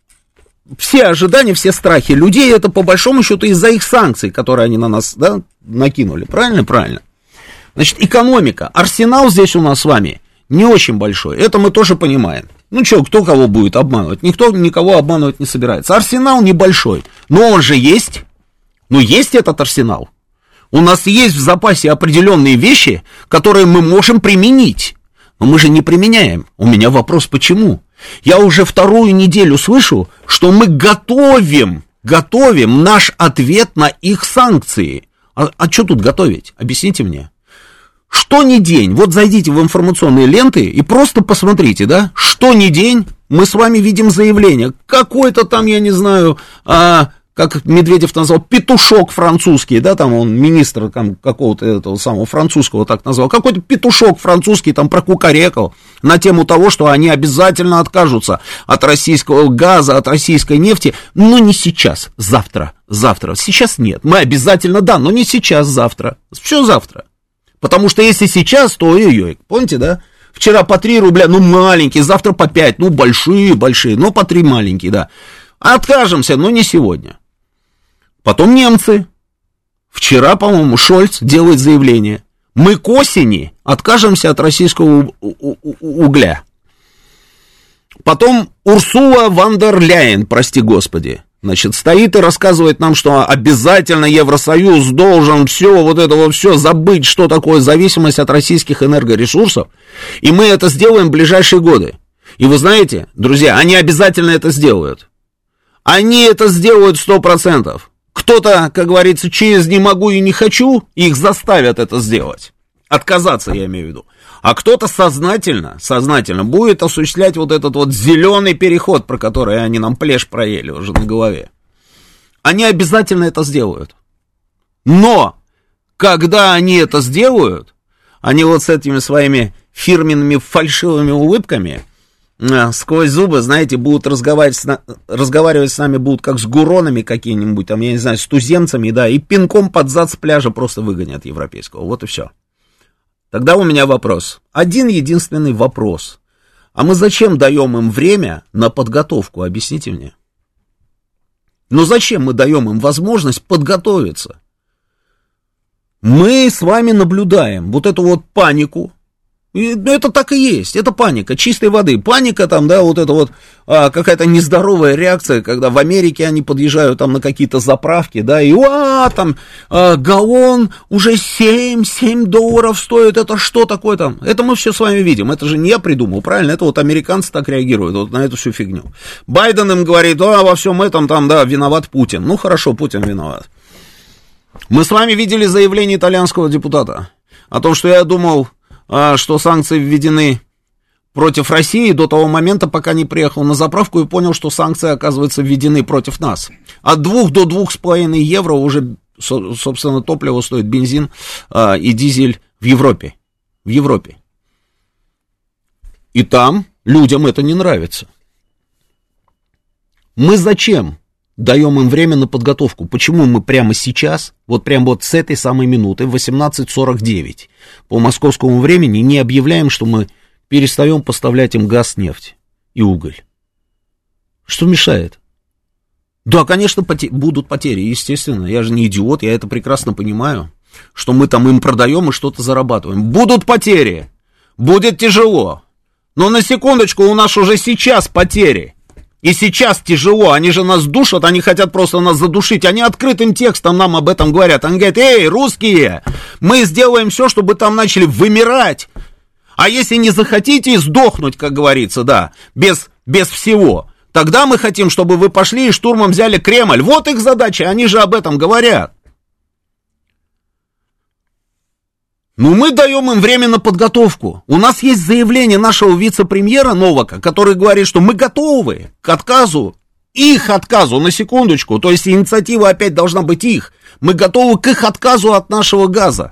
S2: все ожидания, все страхи людей, это по большому счету из-за их санкций, которые они на нас, да, накинули. Правильно? Правильно. Значит, экономика, арсенал здесь у нас с вами не очень большой, это мы тоже понимаем. Ну что, кто кого будет обманывать? Никто никого обманывать не собирается. Арсенал небольшой, но он же есть. Ну, есть этот арсенал. У нас есть в запасе определенные вещи, которые мы можем применить. Но мы же не применяем. У меня вопрос, почему? Я уже вторую неделю слышу, что мы готовим, готовим наш ответ на их санкции. А, а что тут готовить? Объясните мне. Что ни день, вот зайдите в информационные ленты и просто посмотрите, да, что ни день мы с вами видим заявление, какой-то там, я не знаю, а, как Медведев назвал, петушок французский, да, там он министр там, какого-то этого самого французского так назвал, какой-то петушок французский там прокукарекал на тему того, что они обязательно откажутся от российского газа, от российской нефти, но не сейчас, завтра, завтра, сейчас нет, мы обязательно, да, но не сейчас, завтра, все завтра. Потому что если сейчас, то ой-ой-ой, помните, да? Вчера по три рубля, ну маленькие, завтра по пять, ну большие, большие, но по три маленькие, да. Откажемся, но не сегодня. Потом немцы. Вчера, по-моему, Шольц делает заявление. Мы к осени откажемся от российского угля. Потом Урсула фон дер Ляйен, прости господи. Значит, стоит и рассказывает нам, что обязательно Евросоюз должен все, вот это вот все забыть, что такое зависимость от российских энергоресурсов, и мы это сделаем в ближайшие годы. И вы знаете, друзья, они обязательно это сделают. Они это сделают сто процентов. Кто-то, как говорится, через «не могу и не хочу», их заставят это сделать. Отказаться, я имею в виду. А кто-то сознательно, сознательно будет осуществлять вот этот вот зеленый переход, про который они нам плешь проели уже на голове. Они обязательно это сделают. Но, когда они это сделают, они вот с этими своими фирменными фальшивыми улыбками сквозь зубы, знаете, будут разговаривать с, на... разговаривать с нами будут как с гуронами какими-нибудь, там, я не знаю, с туземцами, да, и пинком под зад с пляжа просто выгонят европейского, вот и все. Тогда у меня вопрос, один единственный вопрос, а мы зачем даем им время на подготовку, объясните мне? Ну зачем мы даем им возможность подготовиться? Мы с вами наблюдаем вот эту вот панику. И это так и есть, это паника, чистой воды. Паника там, да, вот это вот а, какая-то нездоровая реакция, когда в Америке они подъезжают там на какие-то заправки, да, и а, там а, галлон уже семь долларов стоит, это что такое там? Это мы все с вами видим, это же не я придумал, правильно? Это вот американцы так реагируют, вот на эту всю фигню. Байден им говорит, а во всем этом там, да, виноват Путин. Ну хорошо, Путин виноват. Мы с вами видели заявление итальянского депутата о том, что я думал, что санкции введены против России до того момента, пока не приехал на заправку и понял, что санкции, оказывается, введены против нас. От двух до двух с половиной евро уже, собственно, топливо стоит, бензин и дизель в Европе. В Европе. И там людям это не нравится. Мы зачем даем им время на подготовку? Почему мы прямо сейчас, вот прямо вот с этой самой минуты, в восемнадцать сорок девять по московскому времени, не объявляем, что мы перестаем поставлять им газ, нефть и уголь? Что мешает? Да, конечно, поте- будут потери, естественно. Я же не идиот, я это прекрасно понимаю, что мы там им продаем и что-то зарабатываем. Будут потери, будет тяжело. Но на секундочку, у нас уже сейчас потери. И сейчас тяжело, они же нас душат, они хотят просто нас задушить, они открытым текстом нам об этом говорят. Они говорят, эй, русские, мы сделаем все, чтобы там начали вымирать. А если не захотите сдохнуть, как говорится, да, без, без всего, тогда мы хотим, чтобы вы пошли и штурмом взяли Кремль. Вот их задача, они же об этом говорят. Ну, мы даем им время на подготовку. У нас есть заявление нашего вице-премьера Новака, который говорит, что мы готовы к отказу, их отказу, на секундочку, то есть инициатива опять должна быть их. Мы готовы к их отказу от нашего газа.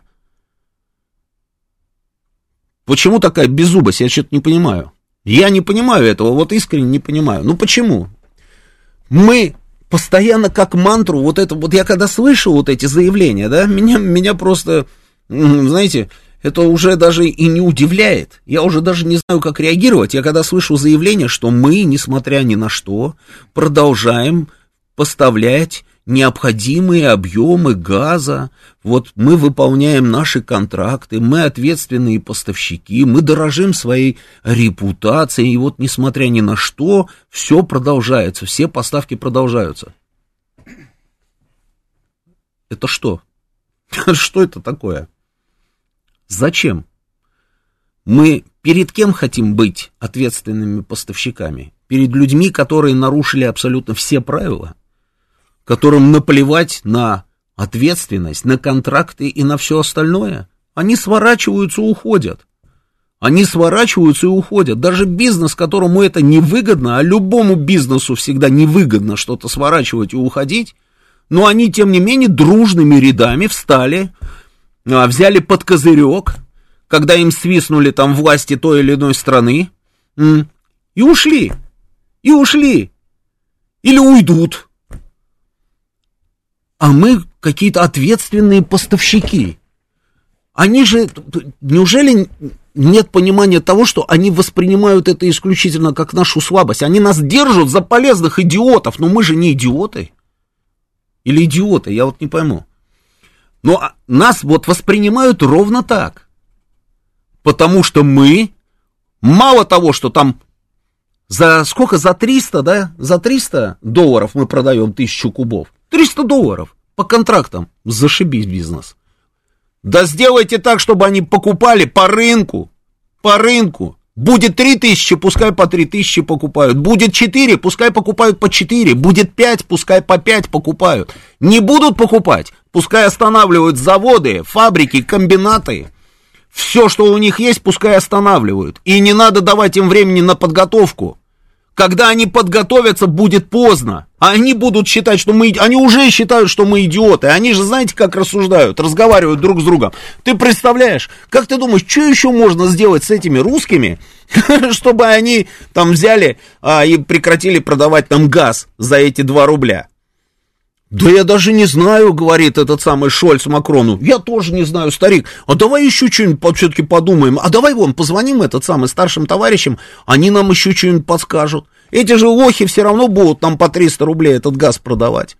S2: Почему такая беззубость? Я что-то не понимаю. Я не понимаю этого, вот искренне не понимаю. Ну, почему? Мы постоянно как мантру, вот это, вот я когда слышу вот эти заявления, да, меня, меня просто... Знаете, это уже даже и не удивляет. Я уже даже не знаю, как реагировать. Я когда слышу заявление, что мы, несмотря ни на что, продолжаем поставлять необходимые объемы газа. Вот мы выполняем наши контракты, мы ответственные поставщики, мы дорожим своей репутацией. И вот, несмотря ни на что, все продолжается, все поставки продолжаются. Это что? Что это такое? Зачем? Мы перед кем хотим быть ответственными поставщиками? Перед людьми, которые нарушили абсолютно все правила, которым наплевать на ответственность, на контракты и на все остальное. Они сворачиваются и уходят. Они сворачиваются и уходят. Даже бизнес, которому это невыгодно, а любому бизнесу всегда невыгодно что-то сворачивать и уходить, но они, тем не менее, дружными рядами встали, взяли под козырек, когда им свистнули там власти той или иной страны, и ушли, и ушли, или уйдут. А мы какие-то ответственные поставщики. Они же, неужели нет понимания того, что они воспринимают это исключительно как нашу слабость? Они нас держат за полезных идиотов, но мы же не идиоты. Или идиоты, я вот не пойму. Но нас вот воспринимают ровно так. Потому что мы, мало того, что там за сколько, за триста, да, за триста долларов мы продаем тысячу кубов. триста долларов по контрактам. Зашибись бизнес. Да сделайте так, чтобы они покупали по рынку. По рынку. Будет три тысячи, пускай по три тысячи покупают. Будет четыре, пускай покупают по четыре. Будет пять, пускай по пять покупают. Не будут покупать, пускай останавливают заводы, фабрики, комбинаты. Все, что у них есть, пускай останавливают. И не надо давать им времени на подготовку. Когда они подготовятся, будет поздно. А они будут считать, что мы... Они уже считают, что мы идиоты. Они же, знаете, как рассуждают, разговаривают друг с другом. Ты представляешь, как ты думаешь, что еще можно сделать с этими русскими, чтобы они там взяли а, и прекратили продавать нам газ за эти два рубля? Да я даже не знаю, говорит этот самый Шольц Макрону. Я тоже не знаю, старик. А давай еще что-нибудь все-таки подумаем. А давай вон позвоним этот самый старшим товарищам, они нам еще что-нибудь подскажут. Эти же лохи все равно будут нам по триста рублей этот газ продавать.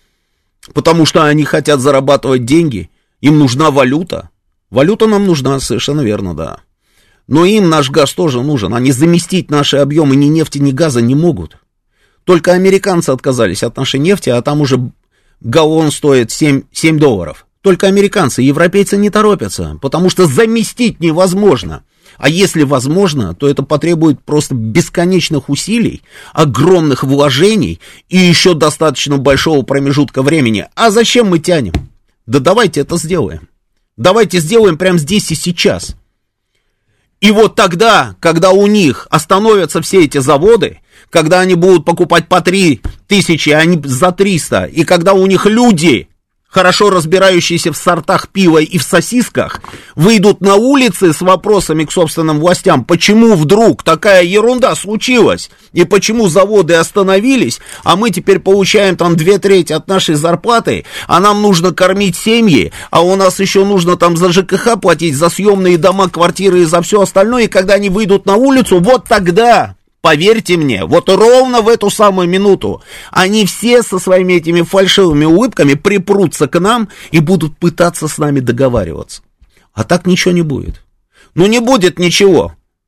S2: Потому что они хотят зарабатывать деньги. Им нужна валюта. Валюта нам нужна, совершенно верно, да. Но им наш газ тоже нужен. Они заместить наши объемы ни нефти, ни газа не могут. Только американцы отказались от нашей нефти, а там уже галлон стоит семь, семь долларов. Только американцы, европейцы не торопятся, потому что заместить невозможно. А если возможно, то это потребует просто бесконечных усилий, огромных вложений и еще достаточно большого промежутка времени. А зачем мы тянем? Да давайте это сделаем. Давайте сделаем прямо здесь и сейчас. И вот тогда, когда у них остановятся все эти заводы, когда они будут покупать по три тысячи, а не за триста, и когда у них люди, хорошо разбирающиеся в сортах пива и в сосисках, выйдут на улицы с вопросами к собственным властям, почему вдруг такая ерунда случилась, и почему заводы остановились, а мы теперь получаем там две трети от нашей зарплаты, а нам нужно кормить семьи, а у нас еще нужно там за ЖКХ платить, за съемные дома, квартиры и за все остальное, и когда они выйдут на улицу, вот тогда... Поверьте мне, вот ровно в эту самую минуту они все со своими этими фальшивыми улыбками припрутся к нам и будут пытаться с нами договариваться. А так ничего не будет. Ну не будет ничего.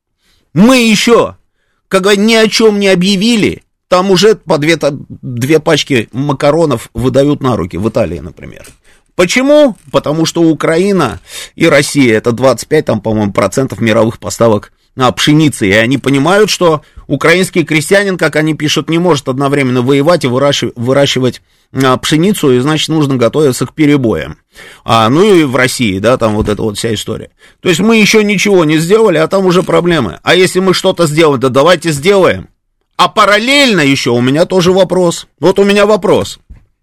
S2: Мы еще, когда ни о чем не объявили, там уже по две, две пачки макаронов выдают на руки, в Италии, например. Почему? Потому что Украина и Россия это двадцать пять, там, по-моему, процентов мировых поставок а, пшеницы, и они понимают, что украинский крестьянин, как они пишут, не может одновременно воевать и выращивать, выращивать а, пшеницу, и, значит, нужно готовиться к перебоям. А, ну и в России, да, там вот эта вот вся история. То есть мы еще ничего не сделали, а там уже проблемы. А если мы что-то сделаем, то давайте сделаем. А параллельно еще у меня тоже вопрос. Вот у меня вопрос.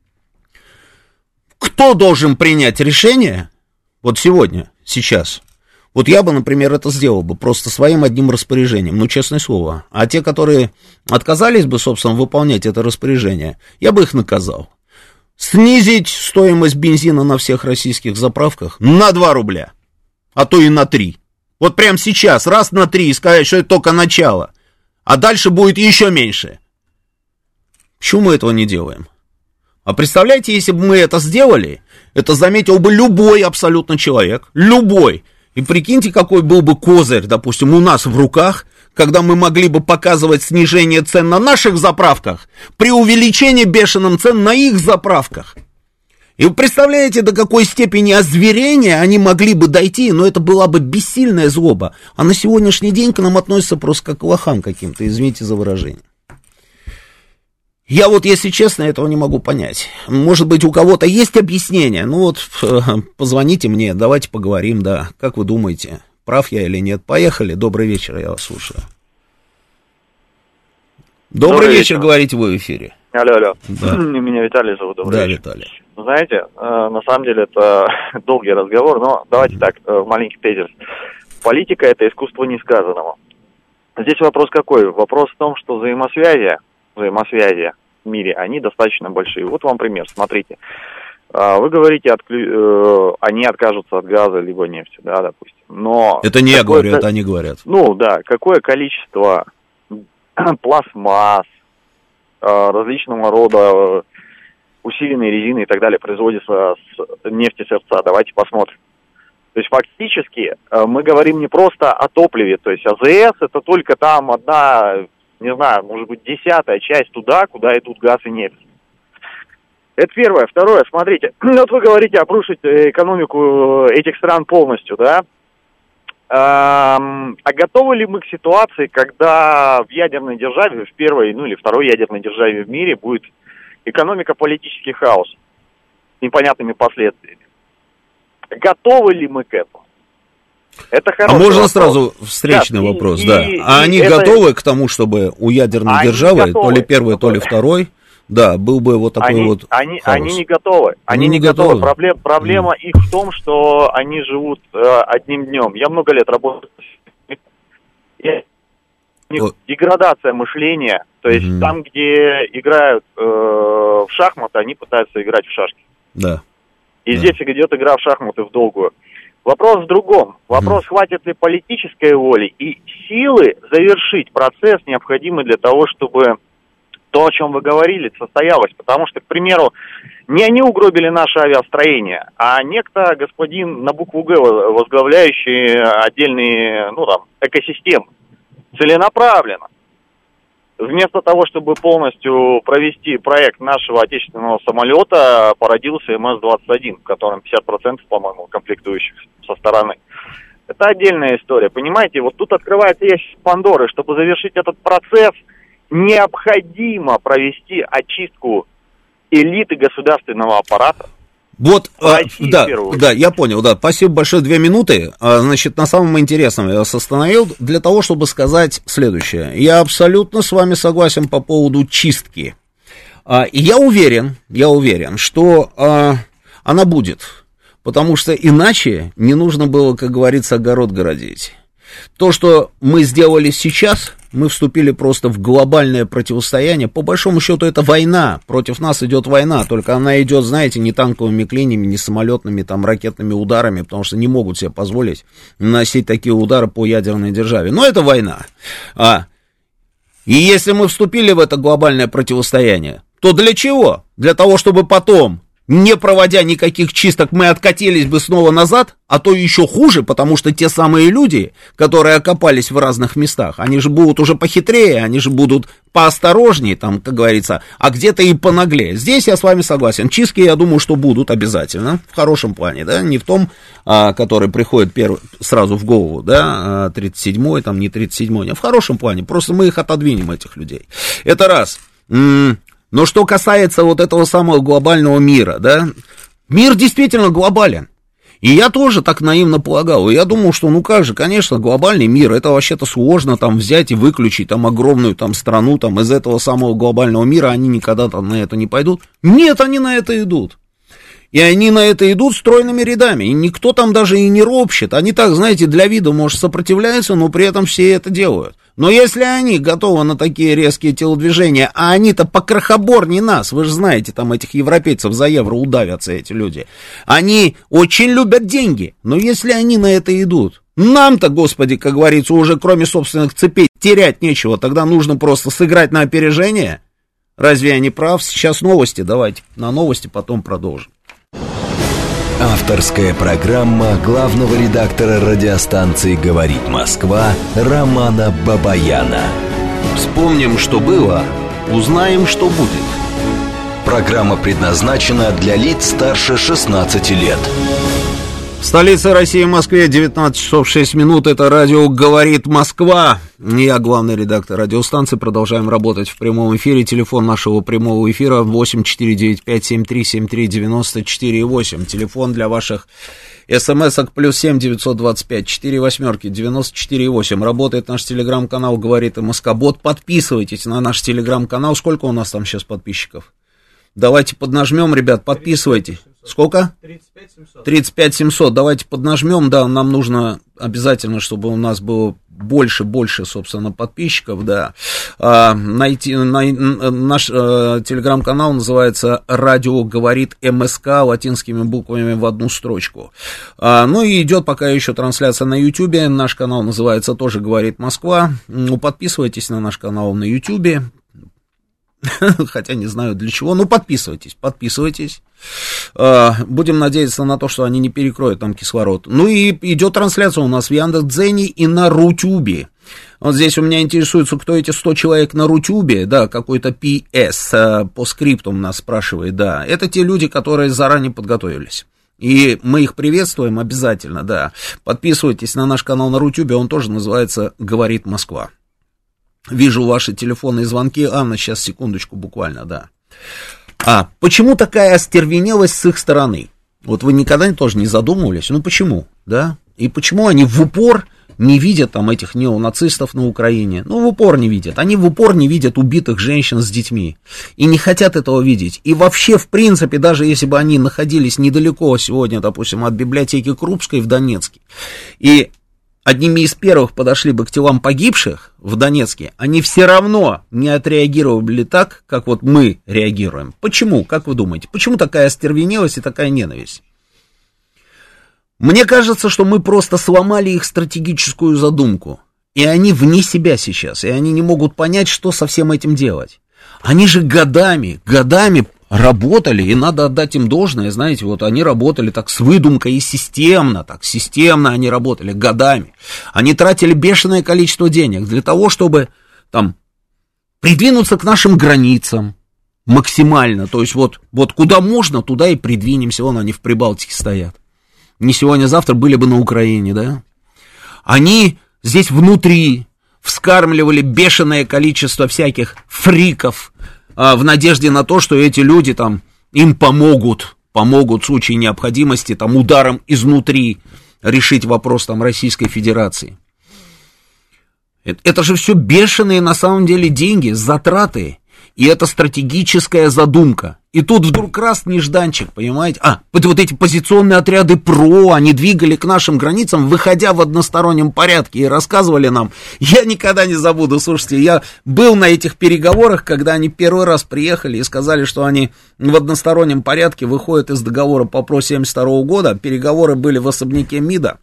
S2: Кто должен принять решение вот сегодня, сейчас? Вот я бы, например, это сделал бы просто своим одним распоряжением, ну, честное слово. А те, которые отказались бы, собственно, выполнять это распоряжение, я бы их наказал. Снизить стоимость бензина на всех российских заправках на два рубля, а то и на три. Вот прямо сейчас, раз на три, и сказать, что это только начало, а дальше будет еще меньше. Почему мы этого не делаем? А представляете, если бы мы это сделали, это заметил бы любой абсолютно человек, любой. И прикиньте, какой был бы козырь, допустим, у нас в руках, когда мы могли бы показывать снижение цен на наших заправках при увеличении бешеным цен на их заправках. И вы представляете, до какой степени озверения они могли бы дойти, но это была бы бессильная злоба. А на сегодняшний день к нам относятся просто как к лохам каким-то, извините за выражение. Я вот, если честно, этого не могу понять. Может быть, у кого-то есть объяснение? Ну вот, позвоните мне, давайте поговорим, да. Как вы думаете, прав я или нет? Поехали, добрый вечер, я вас слушаю. Добрый, добрый вечер, вечер, говорите вы в эфире.
S4: Алло, алло.
S2: Да.
S4: Меня Виталий зовут, добрый
S2: да,
S4: вечер.
S2: Виталий.
S4: Знаете, на самом деле это долгий разговор, но давайте так, маленький тезис. Политика — это искусство несказанного. Здесь вопрос какой? Вопрос в том, что взаимосвязи, взаимосвязи в мире, они достаточно большие. Вот вам пример, смотрите. Вы говорите, отклю... они откажутся от газа либо нефти, да, допустим. Но
S2: это не я говорю, это они говорят.
S4: Ну да, какое количество пластмасс, различного рода усиленной резины и так далее производится с нефтесырца, давайте посмотрим. То есть фактически мы говорим не просто о топливе, то есть АЗС это только там одна, не знаю, может быть десятая часть туда, куда идут газ и нефть. Это первое. Второе, смотрите, вот вы говорите обрушить экономику этих стран полностью, да? А готовы ли мы к ситуации, когда в ядерной державе, в первой, ну или второй ядерной державе в мире будет экономико-политический хаос с непонятными последствиями? Готовы ли мы к этому? Это хороший
S2: А можно
S4: вопрос.
S2: сразу встречный
S4: да,
S2: вопрос,
S4: и,
S2: да.
S4: И,
S2: а
S4: и
S2: они
S4: это...
S2: готовы к тому, чтобы у ядерной
S4: они
S2: державы, то ли первый, то ли второй, да, был бы вот такой
S4: они,
S2: вот
S4: они,
S2: хаос.
S4: они не готовы. Они, они не готовы. готовы. Проблем, проблема mm. их в том, что они живут э, одним днем. Я много лет работаю. У них деградация мышления. То есть mm-hmm. там, где играют э, в шахматы, они пытаются играть в шашки.
S2: Да.
S4: И
S2: да.
S4: здесь идет игра в шахматы в долгую. Вопрос в другом. Вопрос, mm-hmm. хватит ли политической воли и силы завершить процесс, необходимый для того, чтобы то, о чем вы говорили, состоялось. Потому что, к примеру, не они угробили наше авиастроение, а некто господин на букву «Г», возглавляющий отдельные, ну там, экосистемы, целенаправленно. Вместо того, чтобы полностью провести проект нашего отечественного самолета, породился эм эс двадцать один, в котором пятьдесят процентов, по-моему, комплектующих со стороны. Это отдельная история. Понимаете, вот тут открывается ящик Пандоры. Чтобы завершить этот процесс, необходимо провести очистку элиты государственного аппарата.
S2: Вот, а, да, да, я понял, да, спасибо большое, две минуты. А, значит, на самом интересном я вас остановил для того, чтобы сказать следующее. Я абсолютно с вами согласен по поводу чистки. А, и я уверен, я уверен, что а, она будет, потому что иначе не нужно было, как говорится, огород городить. То, что мы сделали сейчас, мы вступили просто в глобальное противостояние. По большому счету, это война. Против нас идет война. Только она идет, знаете, не танковыми клинями, не самолетными, там, ракетными ударами, потому что не могут себе позволить наносить такие удары по ядерной державе. Но это война. А, и если мы вступили в это глобальное противостояние, то для чего? Для того, чтобы потом, не проводя никаких чисток, мы откатились бы снова назад, а то еще хуже, потому что те самые люди, которые окопались в разных местах, они же будут уже похитрее, они же будут поосторожнее, там, как говорится, а где-то и понаглее. Здесь я с вами согласен. Чистки, я думаю, что будут обязательно, в хорошем плане, да, не в том, а, который приходит перв... сразу в голову, да, тридцать седьмой, там, не тридцать седьмой, а в хорошем плане, просто мы их отодвинем, этих людей. Это раз. М- Но что касается вот этого самого глобального мира, да, мир действительно глобален. И я тоже так наивно полагал. И я думал, что, ну как же, конечно, глобальный мир, это вообще-то сложно там взять и выключить там огромную там страну там из этого самого глобального мира, они никогда там на это не пойдут. Нет, они на это идут. И они на это идут стройными рядами, и никто там даже и не ропщет. Они так, знаете, для вида, может, сопротивляются, но при этом все это делают. Но если они готовы на такие резкие телодвижения, а они-то покрахоборнее нас, вы же знаете, там этих европейцев за евро удавятся эти люди, они очень любят деньги, но если они на это идут, нам-то, господи, как говорится, уже кроме собственных цепей терять нечего, тогда нужно просто сыграть на опережение. Разве я не прав? Сейчас новости, давайте на новости потом продолжим.
S1: Авторская программа главного редактора радиостанции «Говорит Москва» Романа Бабаяна.
S2: Вспомним, что было, узнаем, что будет.
S1: Программа предназначена для лиц старше шестнадцати лет.
S2: В столице России, Москве, девятнадцать часов шесть минут. Это радио «Говорит Москва». Я главный редактор радиостанции. Продолжаем работать в прямом эфире. Телефон нашего прямого эфира восемь четыре девять пять семь три семь три девяносто четыре восемь. Телефон для ваших смс-ок плюс семь девятьсот двадцать пять четыре восьмерки девяносто четыре восемь. Работает наш телеграм-канал «Говорит МСК-бот». Подписывайтесь на наш телеграм-канал. Сколько у нас там сейчас подписчиков? Давайте поднажмем, ребят, подписывайтесь. Сколько? тридцать пять семьсот. Давайте поднажмем, да, нам нужно обязательно, чтобы у нас было больше, больше, собственно, подписчиков, да. А, найти, на, наш а, телеграм-канал называется «Радио говорит МСК» латинскими буквами в одну строчку. А, ну и идет пока еще трансляция на Ютубе, наш канал называется тоже «Говорит Москва». Ну, подписывайтесь на наш канал на Ютубе. Хотя не знаю для чего, ну подписывайтесь, подписывайтесь. Будем надеяться на то, что они не перекроют там кислород. Ну и идет трансляция у нас в Яндекс.Дзене и на Рутюбе. Вот здесь у меня интересуется, кто эти сто человек на Рутюбе, да, какой-то пи эс по скриптум нас спрашивает, да. Это те люди, которые заранее подготовились. И мы их приветствуем обязательно, да. Подписывайтесь на наш канал на Рутюбе, он тоже называется «Говорит Москва». Вижу ваши телефонные звонки. Анна, сейчас, секундочку, буквально, да. А, почему такая остервенелость с их стороны? Вот вы никогда тоже не задумывались? Ну, почему, да? И почему они в упор не видят там этих неонацистов на Украине? Ну, в упор не видят. Они в упор не видят убитых женщин с детьми. И не хотят этого видеть. И вообще, в принципе, даже если бы они находились недалеко сегодня, допустим, от библиотеки Крупской в Донецке, и одними из первых подошли бы к телам погибших в Донецке, они все равно не отреагировали так, как вот мы реагируем. Почему? Как вы думаете? Почему такая остервенелость и такая ненависть? Мне кажется, что мы просто сломали их стратегическую задумку. И они вне себя сейчас, и они не могут понять, что со всем этим делать. Они же годами, годами работали, и надо отдать им должное, знаете, вот они работали так с выдумкой и системно, так системно они работали годами. Они тратили бешеное количество денег для того, чтобы там придвинуться к нашим границам максимально. То есть вот, вот куда можно, туда и придвинемся, вон они в Прибалтике стоят. Не сегодня-завтра были бы на Украине, да? Они здесь внутри вскармливали бешеное количество всяких фриков а, в надежде на то, что эти люди там им помогут, помогут в случае необходимости там ударом изнутри решить вопрос там Российской Федерации. Это, это же все бешеные на самом деле деньги, затраты. И это стратегическая задумка. И тут вдруг раз нежданчик, понимаете? А, вот, вот эти позиционные отряды ПРО, они двигали к нашим границам, выходя в одностороннем порядке, и рассказывали нам. Я никогда не забуду, слушайте, я был на этих переговорах, когда они первый раз приехали и сказали, что они в одностороннем порядке выходят из договора по ПРО семьдесят второго года. Переговоры были в особняке МИДа.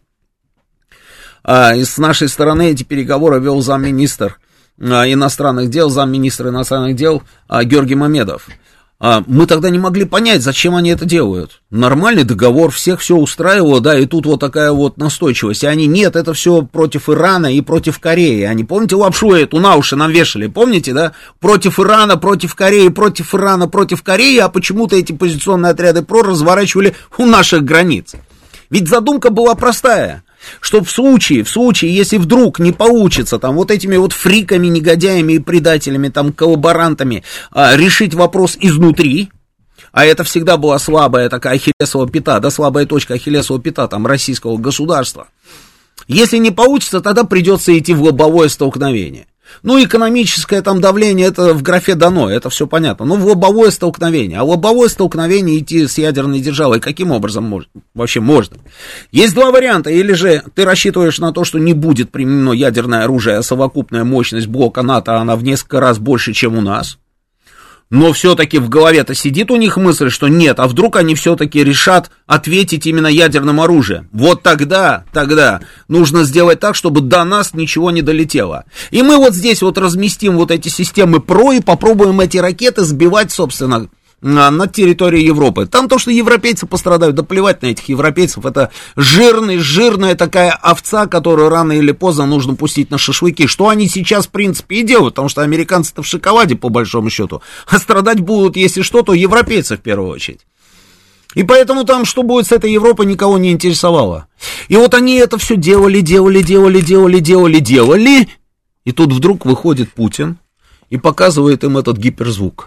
S2: А, и с нашей стороны эти переговоры вел замминистр иностранных дел, замминистра иностранных дел Георгий Мамедов. Мы тогда не могли понять, зачем они это делают. Нормальный договор, всех все устраивало, да, и тут вот такая вот настойчивость. И они, нет, это все против Ирана и против Кореи. Они, помните, лапшу эту на уши нам вешали, помните, да? Против Ирана, против Кореи, против Ирана, против Кореи, а почему-то эти позиционные отряды ПРО разворачивали у наших границ. Ведь задумка была простая. Что в случае, в случае, если вдруг не получится там вот этими вот фриками, негодяями и предателями, там коллаборантами а, решить вопрос изнутри, а это всегда была слабая такая ахиллесова пята, да, слабая точка ахиллесова пята там российского государства. Если не получится, тогда придется идти в лобовое столкновение. Ну, экономическое там давление, это в графе дано, это все понятно. Но в лобовое столкновение. А лобовое столкновение идти с ядерной державой каким образом может, вообще можно? Есть два варианта. Или же ты рассчитываешь на то, что не будет применено ядерное оружие, а совокупная мощность блока НАТО, она в несколько раз больше, чем у нас. Но все-таки в голове-то сидит у них мысль, что нет, а вдруг они все-таки решат ответить именно ядерным оружием. Вот тогда, тогда нужно сделать так, чтобы до нас ничего не долетело. И мы вот здесь вот разместим вот эти системы ПРО и попробуем эти ракеты сбивать, собственно, на, на территории Европы. Там то, что европейцы пострадают, да плевать на этих европейцев, это жирный, жирная такая овца, которую рано или поздно нужно пустить на шашлыки. Что они сейчас, в принципе, и делают, потому что американцы-то в шоколаде, по большому счету. А страдать будут, если что, то европейцы в первую очередь. И поэтому там, что будет с этой Европой, никого не интересовало. И вот они это все делали, делали, делали, делали, делали, делали. И тут вдруг выходит Путин и показывает им этот гиперзвук.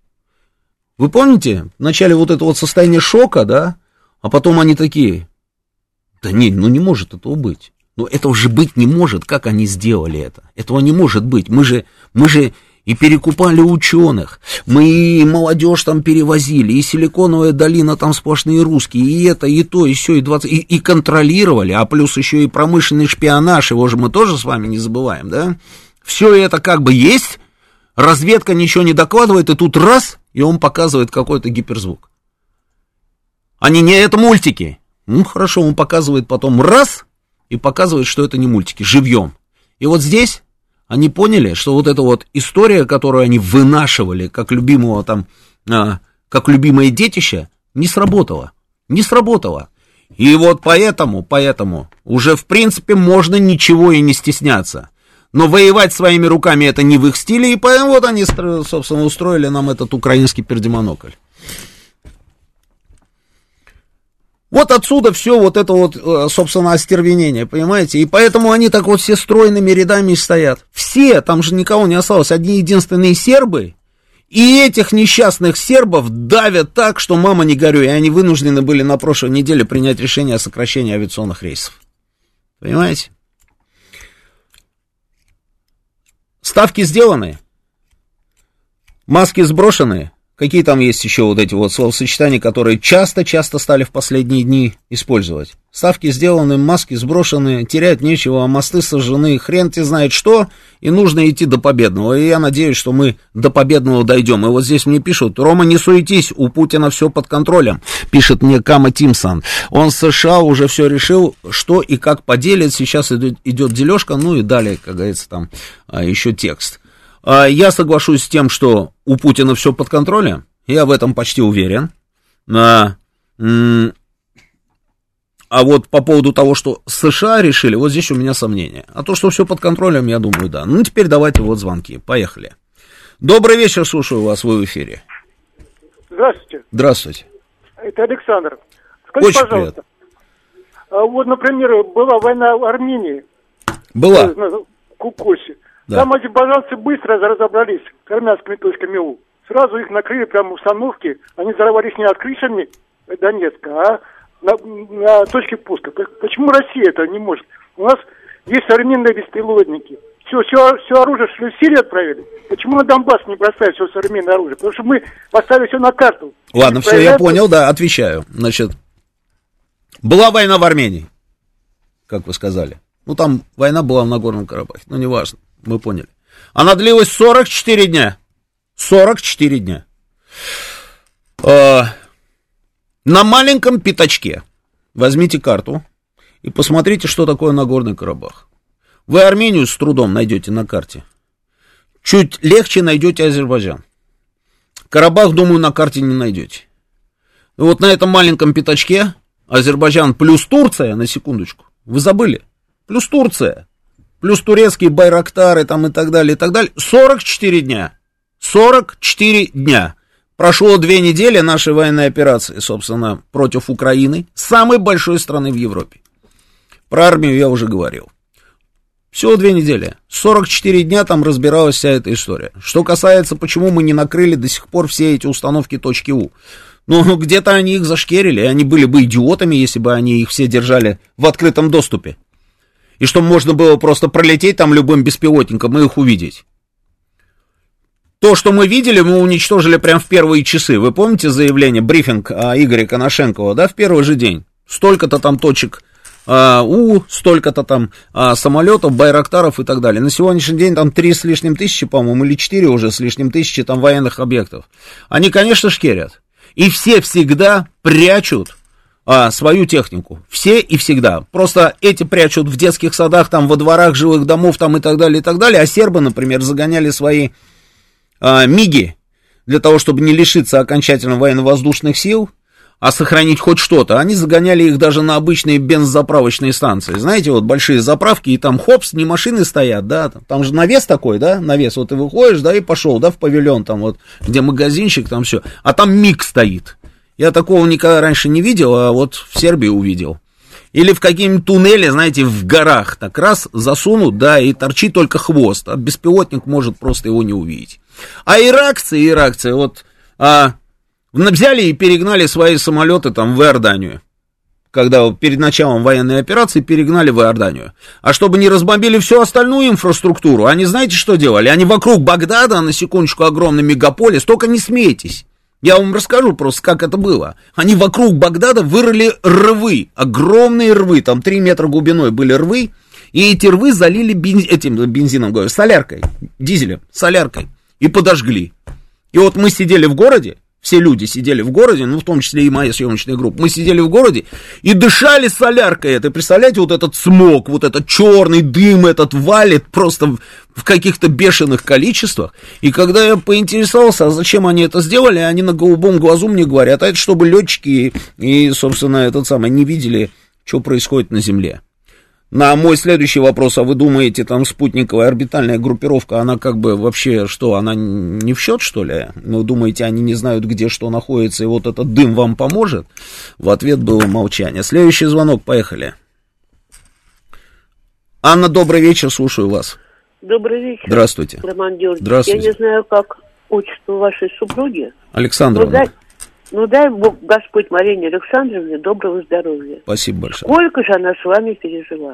S2: Вы помните, вначале вот это вот состояние шока, да, а потом они такие, да не, ну не может этого быть, ну этого же быть не может, как они сделали это, этого не может быть, мы же, мы же и перекупали ученых, мы и молодежь там перевозили, и Силиконовая долина там сплошные русские, и это, и то, и все, и двадцать, и, и контролировали, а плюс еще и промышленный шпионаж, его же мы тоже с вами не забываем, да, все это как бы есть. Разведка ничего не докладывает, и тут раз, и он показывает какой-то гиперзвук. Они не, это мультики. Ну, хорошо, он показывает потом раз, и показывает, что это не мультики, живьем. И вот здесь они поняли, что вот эта вот история, которую они вынашивали, как любимого там, а, как любимое детище, не сработала. Не сработала. И вот поэтому, поэтому уже в принципе можно ничего и не стесняться. Но воевать своими руками это не в их стиле, и поэтому вот они, собственно, устроили нам этот украинский пердемонокль. Вот отсюда все вот это вот, собственно, остервенение, понимаете? И поэтому они так вот все стройными рядами стоят. Все, там же никого не осталось, одни единственные сербы. И этих несчастных сербов давят так, что мама не горюй. И они вынуждены были на прошлой неделе принять решение о сокращении авиационных рейсов. Понимаете? Ставки сделаны, маски сброшены. Какие там есть еще вот эти вот словосочетания, которые часто-часто стали в последние дни использовать? Ставки сделаны, маски сброшены, терять нечего, а мосты сожжены, хрен ты знает что, и нужно идти до победного. И я надеюсь, что мы до победного дойдем. И вот здесь мне пишут: Рома, не суетись, у Путина все под контролем, пишет мне Кама Тимсон. Он в США уже все решил, что и как поделит, сейчас идет, идет дележка, ну и далее, как говорится, там а, еще текст. Я соглашусь с тем, что у Путина все под контролем, я в этом почти уверен. А, а вот по поводу того, что США решили, вот здесь у меня сомнения. А то, что все под контролем, я думаю, да. Ну, теперь давайте вот звонки, поехали. Добрый вечер, слушаю вас, вы в эфире.
S5: Здравствуйте.
S2: Здравствуйте.
S5: Это Александр. Скажите,
S2: очень
S5: пожалуйста,
S2: приятно.
S5: Вот, например, была война в Армении.
S2: Была.
S5: В Кукосе.
S2: Да.
S5: Там азербайджанцы быстро разобрались с армянскими точками У. Сразу их накрыли прямо установки. Они взорвались не над крышами Донецка, а на, на точке пуска. Почему Россия это не может? У нас есть современные беспилотники. Все, все, все оружие что ли, в Сирию отправили. Почему на Донбасс не бросают все современное оружие? Потому что мы поставили все на карту.
S2: Ладно, все, я понял, да, отвечаю. Значит, была война в Армении, как вы сказали. Ну, там война была в Нагорном Карабахе, но неважно. Мы поняли. Она длилась сорок четыре дня. сорок четыре дня. Э, на маленьком пятачке возьмите карту и посмотрите, что такое Нагорный Карабах. Вы Армению с трудом найдете на карте. Чуть легче найдете Азербайджан. Карабах, думаю, на карте не найдете. И вот на этом маленьком пятачке Азербайджан плюс Турция, на секундочку, вы забыли, плюс Турция. Плюс турецкие байрактары там и так далее, и так далее. сорок четыре дня. сорок четыре дня. Прошло две недели нашей военной операции, собственно, против Украины, самой большой страны в Европе. Про армию я уже говорил. Всего две недели. сорок четыре дня там разбиралась вся эта история. Что касается, почему мы не накрыли до сих пор все эти установки точки У. Ну, где-то они их зашкерили, и они были бы идиотами, если бы они их все держали в открытом доступе. И чтобы можно было просто пролететь там любым беспилотником и их увидеть. То, что мы видели, мы уничтожили прямо в первые часы. Вы помните заявление, брифинг а, Игоря Коношенкова, да, в первый же день? Столько-то там точек а, У, столько-то там а, самолетов, байрактаров и так далее. На сегодняшний день там три с лишним тысячи, по-моему, или четыре уже с лишним тысячи там военных объектов. Они, конечно, шкерят. И все всегда прячут А, свою технику. Все и всегда. Просто эти прячут в детских садах, там, во дворах жилых домов, там, и так далее, и так далее. А сербы, например, загоняли свои а, МИГи для того, чтобы не лишиться окончательно военно-воздушных сил, а сохранить хоть что-то. Они загоняли их даже на обычные бензозаправочные станции. Знаете, вот большие заправки, и там, хопс, не машины стоят, да, там, там же навес такой, да, навес. Вот ты выходишь, да, и пошел, да, в павильон, там, вот, где магазинчик, там все. А там МИГ стоит. Я такого никогда раньше не видел, а вот в Сербии увидел. Или в какие-нибудь туннели, знаете, в горах, так раз засунут, да, и торчит только хвост, а беспилотник может просто его не увидеть. А иракцы, иракцы, вот, а, взяли и перегнали свои самолеты там в Иорданию. Когда перед началом военной операции перегнали в Иорданию. А чтобы не разбомбили всю остальную инфраструктуру, они знаете, что делали? Они вокруг Багдада, на секундочку, огромный мегаполис, только не смейтесь. Я вам расскажу просто, как это было. Они вокруг Багдада вырыли рвы, огромные рвы, там три метра глубиной были рвы, и эти рвы залили бенз... этим бензином, говорю, соляркой, дизелем, соляркой, и подожгли. И вот мы сидели в городе, все люди сидели в городе, ну, в том числе и моя съемочная группа, мы сидели в городе и дышали соляркой этой. Представляете, вот этот смог, вот этот черный дым этот валит просто в, в каких-то бешеных количествах. И когда я поинтересовался, а зачем они это сделали, они на голубом глазу мне говорят, а это чтобы летчики и, собственно, этот самый не видели, что происходит на Земле. На мой следующий вопрос, а вы думаете, там спутниковая орбитальная группировка, она как бы вообще что, она не в счет, что ли? Ну, думаете, они не знают, где что находится, и вот этот дым вам поможет? В ответ было молчание. Следующий звонок, поехали. Анна, добрый вечер, слушаю вас.
S6: Добрый вечер.
S2: Здравствуйте.
S6: Роман Георгиевич.
S2: Здравствуйте.
S6: Я не знаю, как отчество вашей супруги.
S2: Александровна.
S6: Ну, дай Бог, Господь Марине Александровне доброго здоровья.
S2: Спасибо большое.
S6: Сколько же она с вами пережила?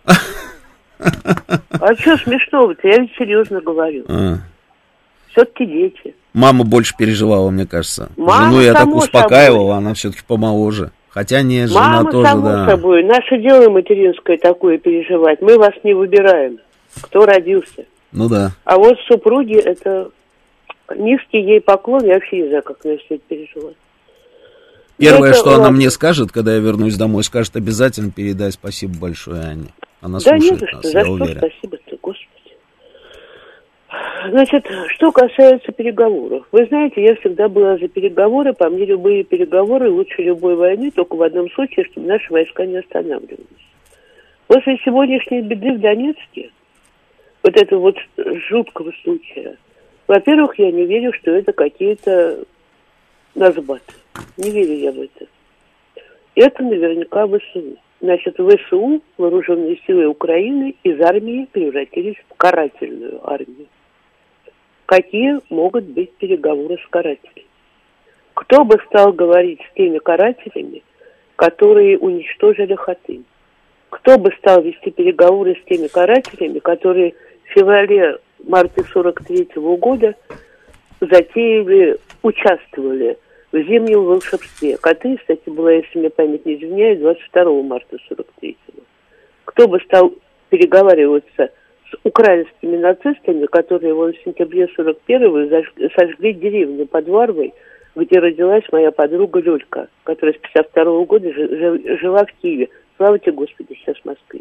S6: А что смешного-то? Я ведь серьезно говорю.
S2: А.
S6: Все-таки дети.
S2: Мама больше переживала, мне кажется.
S6: Мама,
S2: Жену я так
S6: само
S2: успокаивала,
S6: собой.
S2: она все-таки помоложе. Хотя не, жена
S6: Мама,
S2: тоже,
S6: само
S2: да.
S6: собой. Наше дело материнское такое переживать. Мы вас не выбираем, кто родился.
S2: Ну да.
S6: А вот супруги, это низкий ей поклон, я вообще не знаю, как на все это переживать.
S2: Первое,
S6: это
S2: что
S6: ладно.
S2: она мне скажет, когда я вернусь домой, скажет: обязательно передай спасибо большое Анне. Она
S6: Да не
S2: слушает
S6: за что,
S2: нас,
S6: за
S2: я
S6: что
S2: уверен.
S6: спасибо-то, Господи. Значит, что касается переговоров. Вы знаете, я всегда была за переговоры. По мне, любые переговоры лучше любой войны, только в одном случае, чтобы наши войска не останавливались. После сегодняшней беды в Донецке, вот этого вот жуткого случая, во-первых, я не верю, что это какие-то назбаты. Не верю я в это. Это наверняка ВСУ. Значит, ВСУ, вооруженные силы Украины, из армии превратились в карательную армию. Какие могут быть переговоры с карателями? Кто бы стал говорить с теми карателями, которые уничтожили Хатынь? Кто бы стал вести переговоры с теми карателями, которые в феврале-марте сорок третьего года затеяли, участвовали в зимнем волшебстве? Хатынь, кстати, была, если мне память не изменяет, двадцать второго марта сорок третьего. Кто бы стал переговариваться с украинскими нацистами, которые вон в сентябре сорок первого сожгли деревню под Варвой, где родилась моя подруга Лёлька, которая с пятьдесят второго года жила в Киеве. Слава тебе, Господи, сейчас в Москве.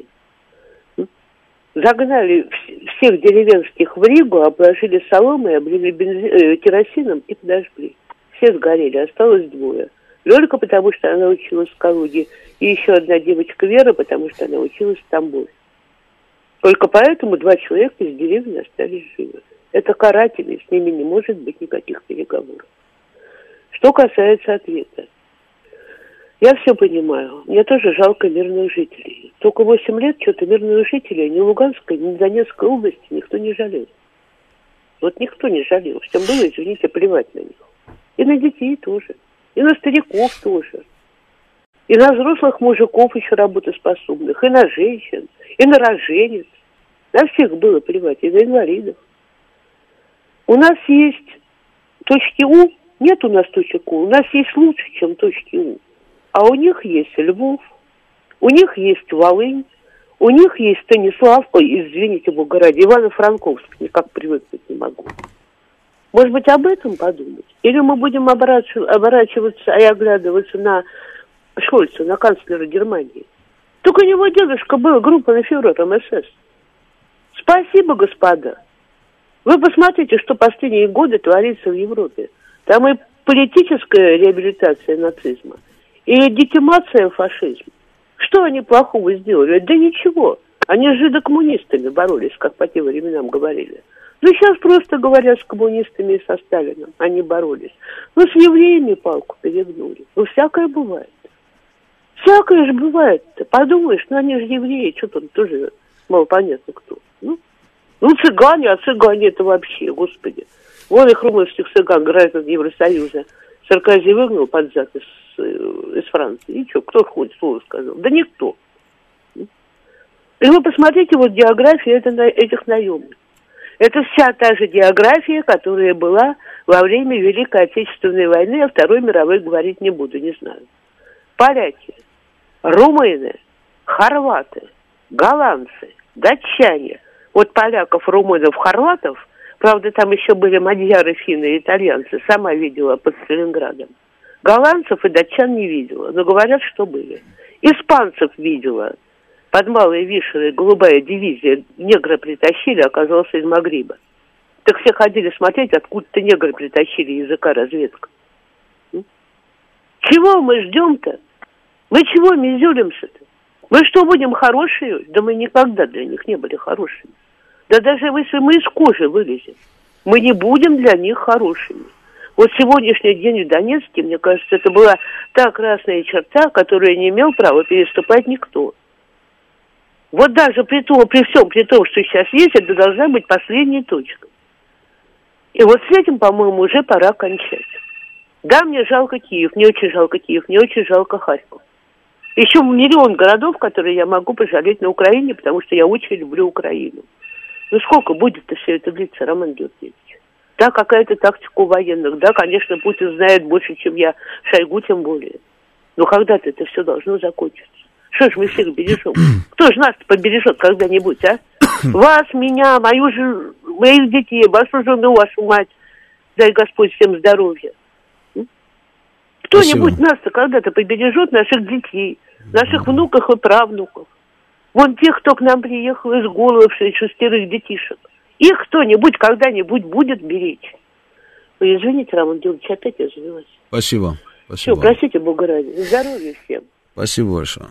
S6: Загнали всех деревенских в Ригу, обложили соломой, облили бензин, э, керосином и подожгли. Все сгорели, осталось двое. Лёлька, потому что она училась в Калуге, и еще одна девочка Вера, потому что она училась в Тамбове. Только поэтому два человека из деревни остались живы. Это каратели, с ними не может быть никаких переговоров. Что касается ответа. Я все понимаю. Мне тоже жалко мирных жителей. Только восемь лет что-то мирных жителей ни Луганской, ни Донецкой области никто не жалел. Вот никто не жалел. Всем было, извините, плевать на них. И на детей тоже. И на стариков тоже. И на взрослых мужиков еще работоспособных. И на женщин. И на роженец. На всех было плевать. И на инвалидов. У нас есть точки У. Нет у нас точек У. У нас есть лучше, чем точки У. А у них есть Львов, у них есть Волынь, у них есть Станислав, ой, извините, Бога ради, Ивано-Франковск, никак привыкнуть не могу. Может быть, об этом подумать? Или мы будем оборачиваться, оборачиваться и оглядываться на Шольца, на канцлера Германии? Только у него дедушка был группенфюрером СС. Спасибо, господа. Вы посмотрите, что последние годы творится в Европе. Там и политическая реабилитация нацизма, и легитимация фашизма. Что они плохого сделали? Да ничего. Они с жидокоммунистами боролись, как по тем временам говорили. Ну, сейчас просто говорят с коммунистами и со Сталином. Они боролись. Ну, с евреями палку перегнули. Ну, всякое бывает. Всякое же бывает-то. Подумаешь, ну, они же евреи. Что там тоже мало понятно кто. Ну, ну, цыгане, а цыгане это вообще, господи. Вон их румынских цыган, граждан Евросоюза. Саркози выгнал под зад из, из Франции. И что, кто ходит, слово сказал? Да никто. И вы посмотрите, вот география это, этих наемных. Это вся та же география, которая была во время Великой Отечественной войны, а Второй мировой говорить не буду, не знаю. Поляки, румыны, хорваты, голландцы, датчане. Вот поляков, румынов, хорватов, правда, там еще были мадьяры, финны, итальянцы. Сама видела под Сталинградом. Голландцев и датчан не видела, но говорят, что были. Испанцев видела. Под Малой Вишерой голубая дивизия. Негры притащили, оказался из Магриба. Так все ходили смотреть, откуда-то негры притащили языка разведка. Чего мы ждем-то? Мы чего мизюримся-то? Мы что, будем хорошие? Да мы никогда для них не были хорошими. Да даже если мы из кожи вылезем, мы не будем для них хорошими. Вот сегодняшний день в Донецке, мне кажется, это была та красная черта, которую не имел права переступать никто. Вот даже при том, при всем, при том, что сейчас есть, это должна быть последняя точка. И вот с этим, по-моему, уже пора кончать. Да, мне жалко Киев, мне очень жалко Киев, мне очень жалко Харьков. Еще миллион городов, которые я могу пожалеть на Украине, потому что я очень люблю Украину. Ну сколько будет-то все это длиться, Роман Георгиевич? Да, какая-то тактика у военных. Да, конечно, Путин знает больше, чем я, Шойгу тем более. Но когда-то это все должно закончиться. Что ж мы всех бережем? Кто же нас побережет когда-нибудь, а? Вас, меня, мою же, моих детей, вашу жену, вашу мать. Дай Господь всем здоровья. Кто-нибудь Спасибо. Нас-то когда-то побережет, наших детей, наших внуков и правнуков. Вон тех, кто к нам приехал из головшей шестерых детишек. Их кто-нибудь когда-нибудь будет беречь. Вы извините, Роман Георгиевич, опять я завелась.
S2: Спасибо. Спасибо.
S6: Все, простите, Бога ради. Здоровья всем.
S2: Спасибо большое.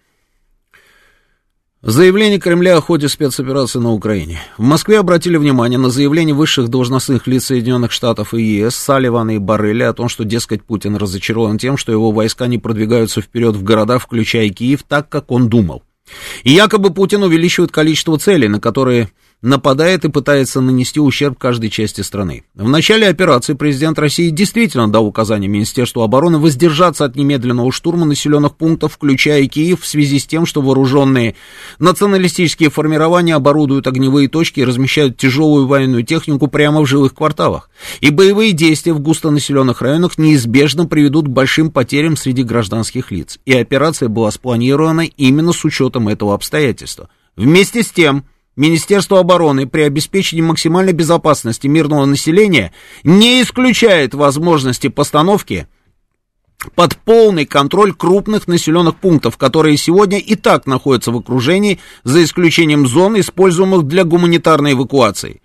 S2: Заявление Кремля о ходе спецоперации на Украине. В Москве обратили внимание на заявление высших должностных лиц Соединенных Штатов и ЕС Салливана и Борреля о том, что, дескать, Путин разочарован тем, что его войска не продвигаются вперед в города, включая Киев, так, как он думал. И якобы Путин увеличивает количество целей, на которые нападает и пытается нанести ущерб каждой части страны. В начале операции президент России действительно дал указание Министерству обороны воздержаться от немедленного штурма населенных пунктов, включая Киев, в связи с тем, что вооруженные националистические формирования оборудуют огневые точки и размещают тяжелую военную технику прямо в жилых кварталах. И боевые действия в густонаселенных районах неизбежно приведут к большим потерям среди гражданских лиц. И операция была спланирована именно с учетом этого обстоятельства. Вместе с тем, Министерство обороны при обеспечении максимальной безопасности мирного населения не исключает возможности постановки под полный контроль крупных населенных пунктов, которые сегодня и так находятся в окружении, за исключением зон, используемых для гуманитарной эвакуации.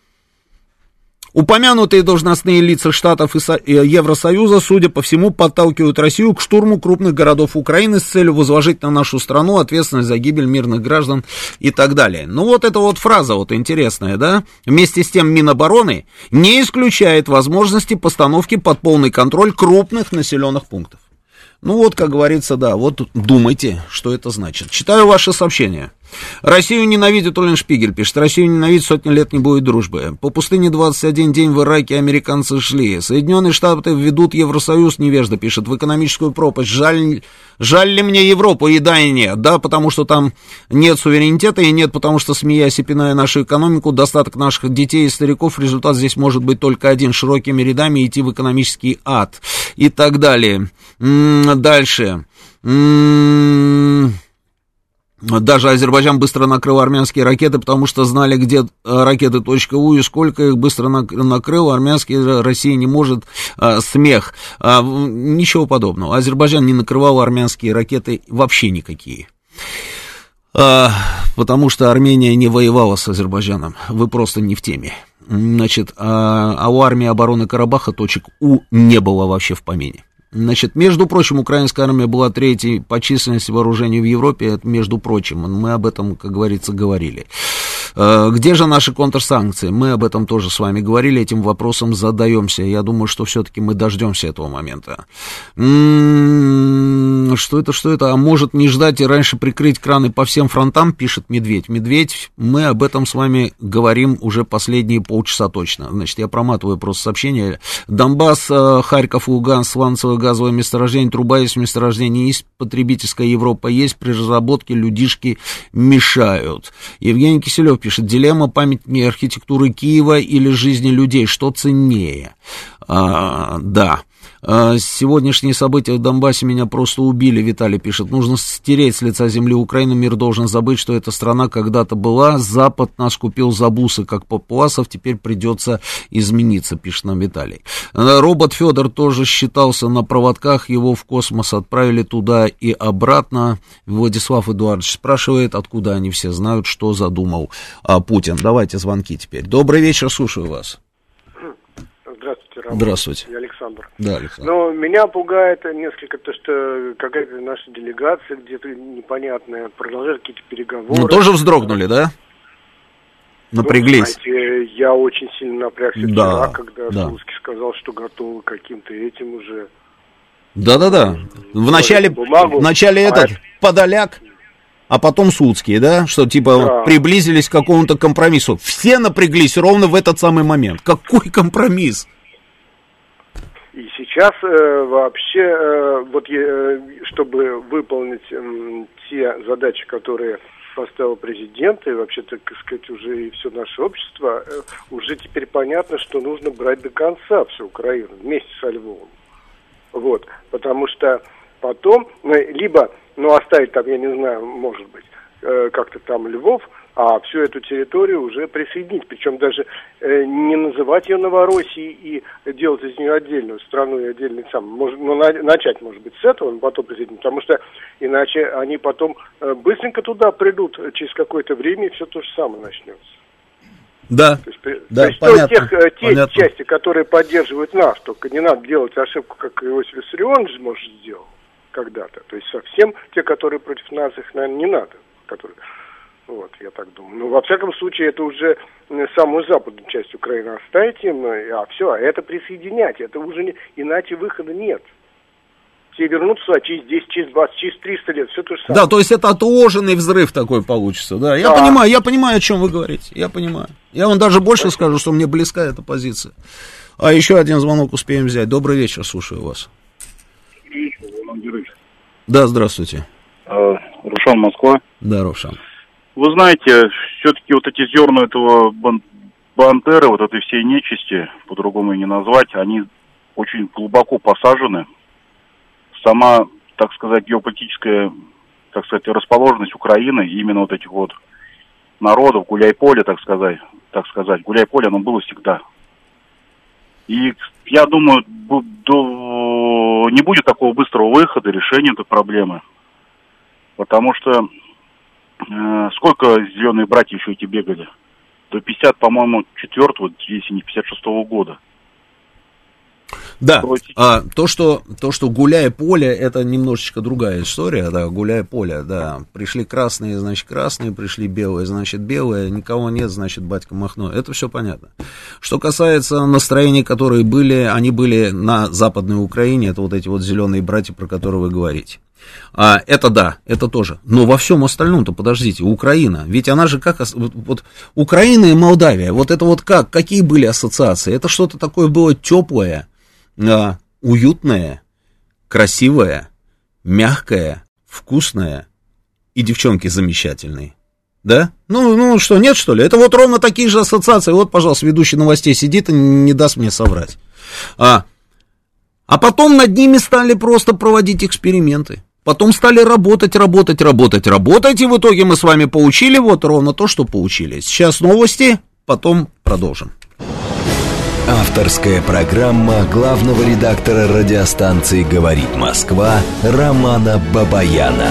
S2: Упомянутые должностные лица Штатов и Евросоюза, судя по всему, подталкивают Россию к штурму крупных городов Украины с целью возложить на нашу страну ответственность за гибель мирных граждан и так далее. Ну вот эта вот фраза вот интересная, да? Вместе с тем Минобороны не исключает возможности постановки под полный контроль крупных населенных пунктов. Ну вот, как говорится, да, вот думайте, что это значит. Читаю ваши сообщения. Россию ненавидит Олен Шпигель, пишет. Россию ненавидит, сотни лет не будет дружбы. По пустыне двадцать один день в Ираке американцы шли. Соединенные Штаты введут Евросоюз, невежда, пишет, в экономическую пропасть. Жаль, жаль ли мне Европу, и да, и нет. Да, потому что там нет суверенитета, и нет, потому что, смеясь и пиная нашу экономику, достаток наших детей и стариков, результат здесь может быть только один: широкими рядами идти в экономический ад. И так далее. М-м, дальше. М-м- Даже Азербайджан быстро накрыл армянские ракеты, потому что знали, где ракеты .у и сколько их быстро накрыл. Армянские Россия не может. А, смех. А, ничего подобного. Азербайджан не накрывал армянские ракеты вообще никакие. А, потому что Армения не воевала с Азербайджаном. Вы просто не в теме. Значит, а, а у армии обороны Карабаха точек У не было вообще в помине. Значит, между прочим, украинская армия была третьей по численности вооружений в Европе, это между прочим, мы об этом, как говорится, говорили. Где же наши контрсанкции? Мы об этом тоже с вами говорили, этим вопросом задаемся. Я думаю, что все-таки мы дождемся этого момента. М-м-м, что это, что это? А может не ждать и раньше прикрыть краны по всем фронтам, пишет Медведь. Медведь, мы об этом с вами говорим уже последние полчаса точно. Значит, я проматываю просто сообщение. Донбасс, Харьков, Луганск, сланцевое газовое месторождение, труба есть, месторождение есть, потребительская Европа есть, при разработке людишки мешают. Евгений Киселев пишет, дилемма памятника архитектуры Киева или жизни людей, что ценнее? А, да. А, сегодняшние события в Донбассе меня просто убили, Виталий пишет. Нужно стереть с лица земли Украину, мир должен забыть, что эта страна когда-то была. Запад нас купил за бусы, как папуасов, теперь придется измениться, пишет нам Виталий. Робот Федор тоже считался на проводках, его в космос отправили туда и обратно. Владислав Эдуардович спрашивает, откуда они все знают, что задумал а, Путин. Давайте звонки теперь. Добрый вечер, слушаю вас.
S5: Здравствуйте, Роман.
S2: Здравствуйте.
S5: Я Александр.
S2: Да, Александр.
S5: Но меня пугает несколько то, что какая-то наша делегация где-то непонятная продолжает какие-то переговоры.
S2: Ну, тоже вздрогнули, да? Напряглись.
S5: Ну, знаете, я очень сильно напрягся
S2: да,
S5: вчера, когда
S2: да.
S5: Слуцкий сказал, что готовы каким-то этим уже.
S2: Да-да-да. Вначале, вначале
S5: а
S2: этот
S5: это...
S2: Подоляк, а потом Слуцкий, да? Что типа
S5: да.
S2: приблизились к какому-то компромиссу. Все напряглись ровно в этот самый момент. Какой компромисс?
S5: И
S7: И сейчас э, вообще, э, вот э, чтобы выполнить э, те задачи, которые поставил президент, и вообще, так сказать, уже и все наше общество, э, уже теперь понятно, что нужно брать до конца всю Украину вместе со Львовом. Вот, потому что потом, ну, либо, ну, оставить там, я не знаю, может быть, э, как-то там Львов, а всю эту территорию уже присоединить. Причем даже э, не называть ее Новороссией и делать из нее отдельную страну и отдельный сам. Может, ну, на, начать, может быть, с этого, но потом присоединить. Потому что иначе они потом э, быстренько туда придут через какое-то время, и все то же самое начнется.
S2: Да,
S7: то есть,
S2: да,
S7: то есть
S2: понятно,
S7: тех, э, те
S2: понятно.
S7: части, которые поддерживают нас, только не надо делать ошибку, как Иосиф Виссарионович, может, сделал когда-то. То есть совсем те, которые против нас, их, наверное, не надо. Которые... Вот, я так думаю. Ну, во всяком случае, это уже самую западную часть Украины оставить им, а все, а это присоединять. Это уже не... Иначе выхода нет. Все вернутся сюда через десять, через двадцать, через триста лет, все то же самое.
S2: Да, то есть это отложенный взрыв такой получится, да. Я
S7: да.
S2: понимаю, я понимаю, о чем вы говорите, я понимаю. Я вам даже больше Спасибо. скажу, что мне близка эта позиция. А еще один звонок успеем взять. Добрый вечер, слушаю вас. Да, здравствуйте.
S8: Рушан, Москва.
S2: Да, Рушан.
S8: Вы знаете, все-таки вот эти зерна этого Бандеры, вот этой всей нечисти, по-другому и не назвать, они очень глубоко посажены. Сама, так сказать, геополитическая, так сказать, расположенность Украины, именно вот этих вот народов, гуляй-поле, так сказать, так сказать, гуляй-поле, оно было всегда. И я думаю, не будет такого быстрого выхода, решения этой проблемы. Потому что э, сколько зеленые братья еще эти бегали? До пятьдесят, по-моему, четвёртого, если не пятьдесят шестого года.
S2: Да, а, то, что, то, что гуляй поле, это немножечко другая история, да, гуляй поле, да, пришли красные, значит, красные, пришли белые, значит, белые, никого нет, значит, батька махнул, это все понятно. Что касается настроений, которые были, они были на Западной Украине, это вот эти вот зеленые братья, про которые вы говорите. А, это да, это тоже. Но во всем остальном-то, подождите, Украина, ведь она же как, вот, вот Украина и Молдавия, вот это вот как, какие были ассоциации? Это что-то такое было теплое, а, уютное, красивое, мягкое, вкусное и девчонки замечательные. Да? Ну, ну что, нет, что ли? Это вот ровно такие же ассоциации. Вот, пожалуйста, ведущий новостей сидит и не даст мне соврать. А, а потом над ними стали просто проводить эксперименты. Потом стали работать, работать, работать, работать, и в итоге мы с вами получили вот ровно то, что получили. Сейчас новости, потом продолжим.
S1: Авторская программа главного редактора радиостанции «Говорит Москва» Романа Бабаяна.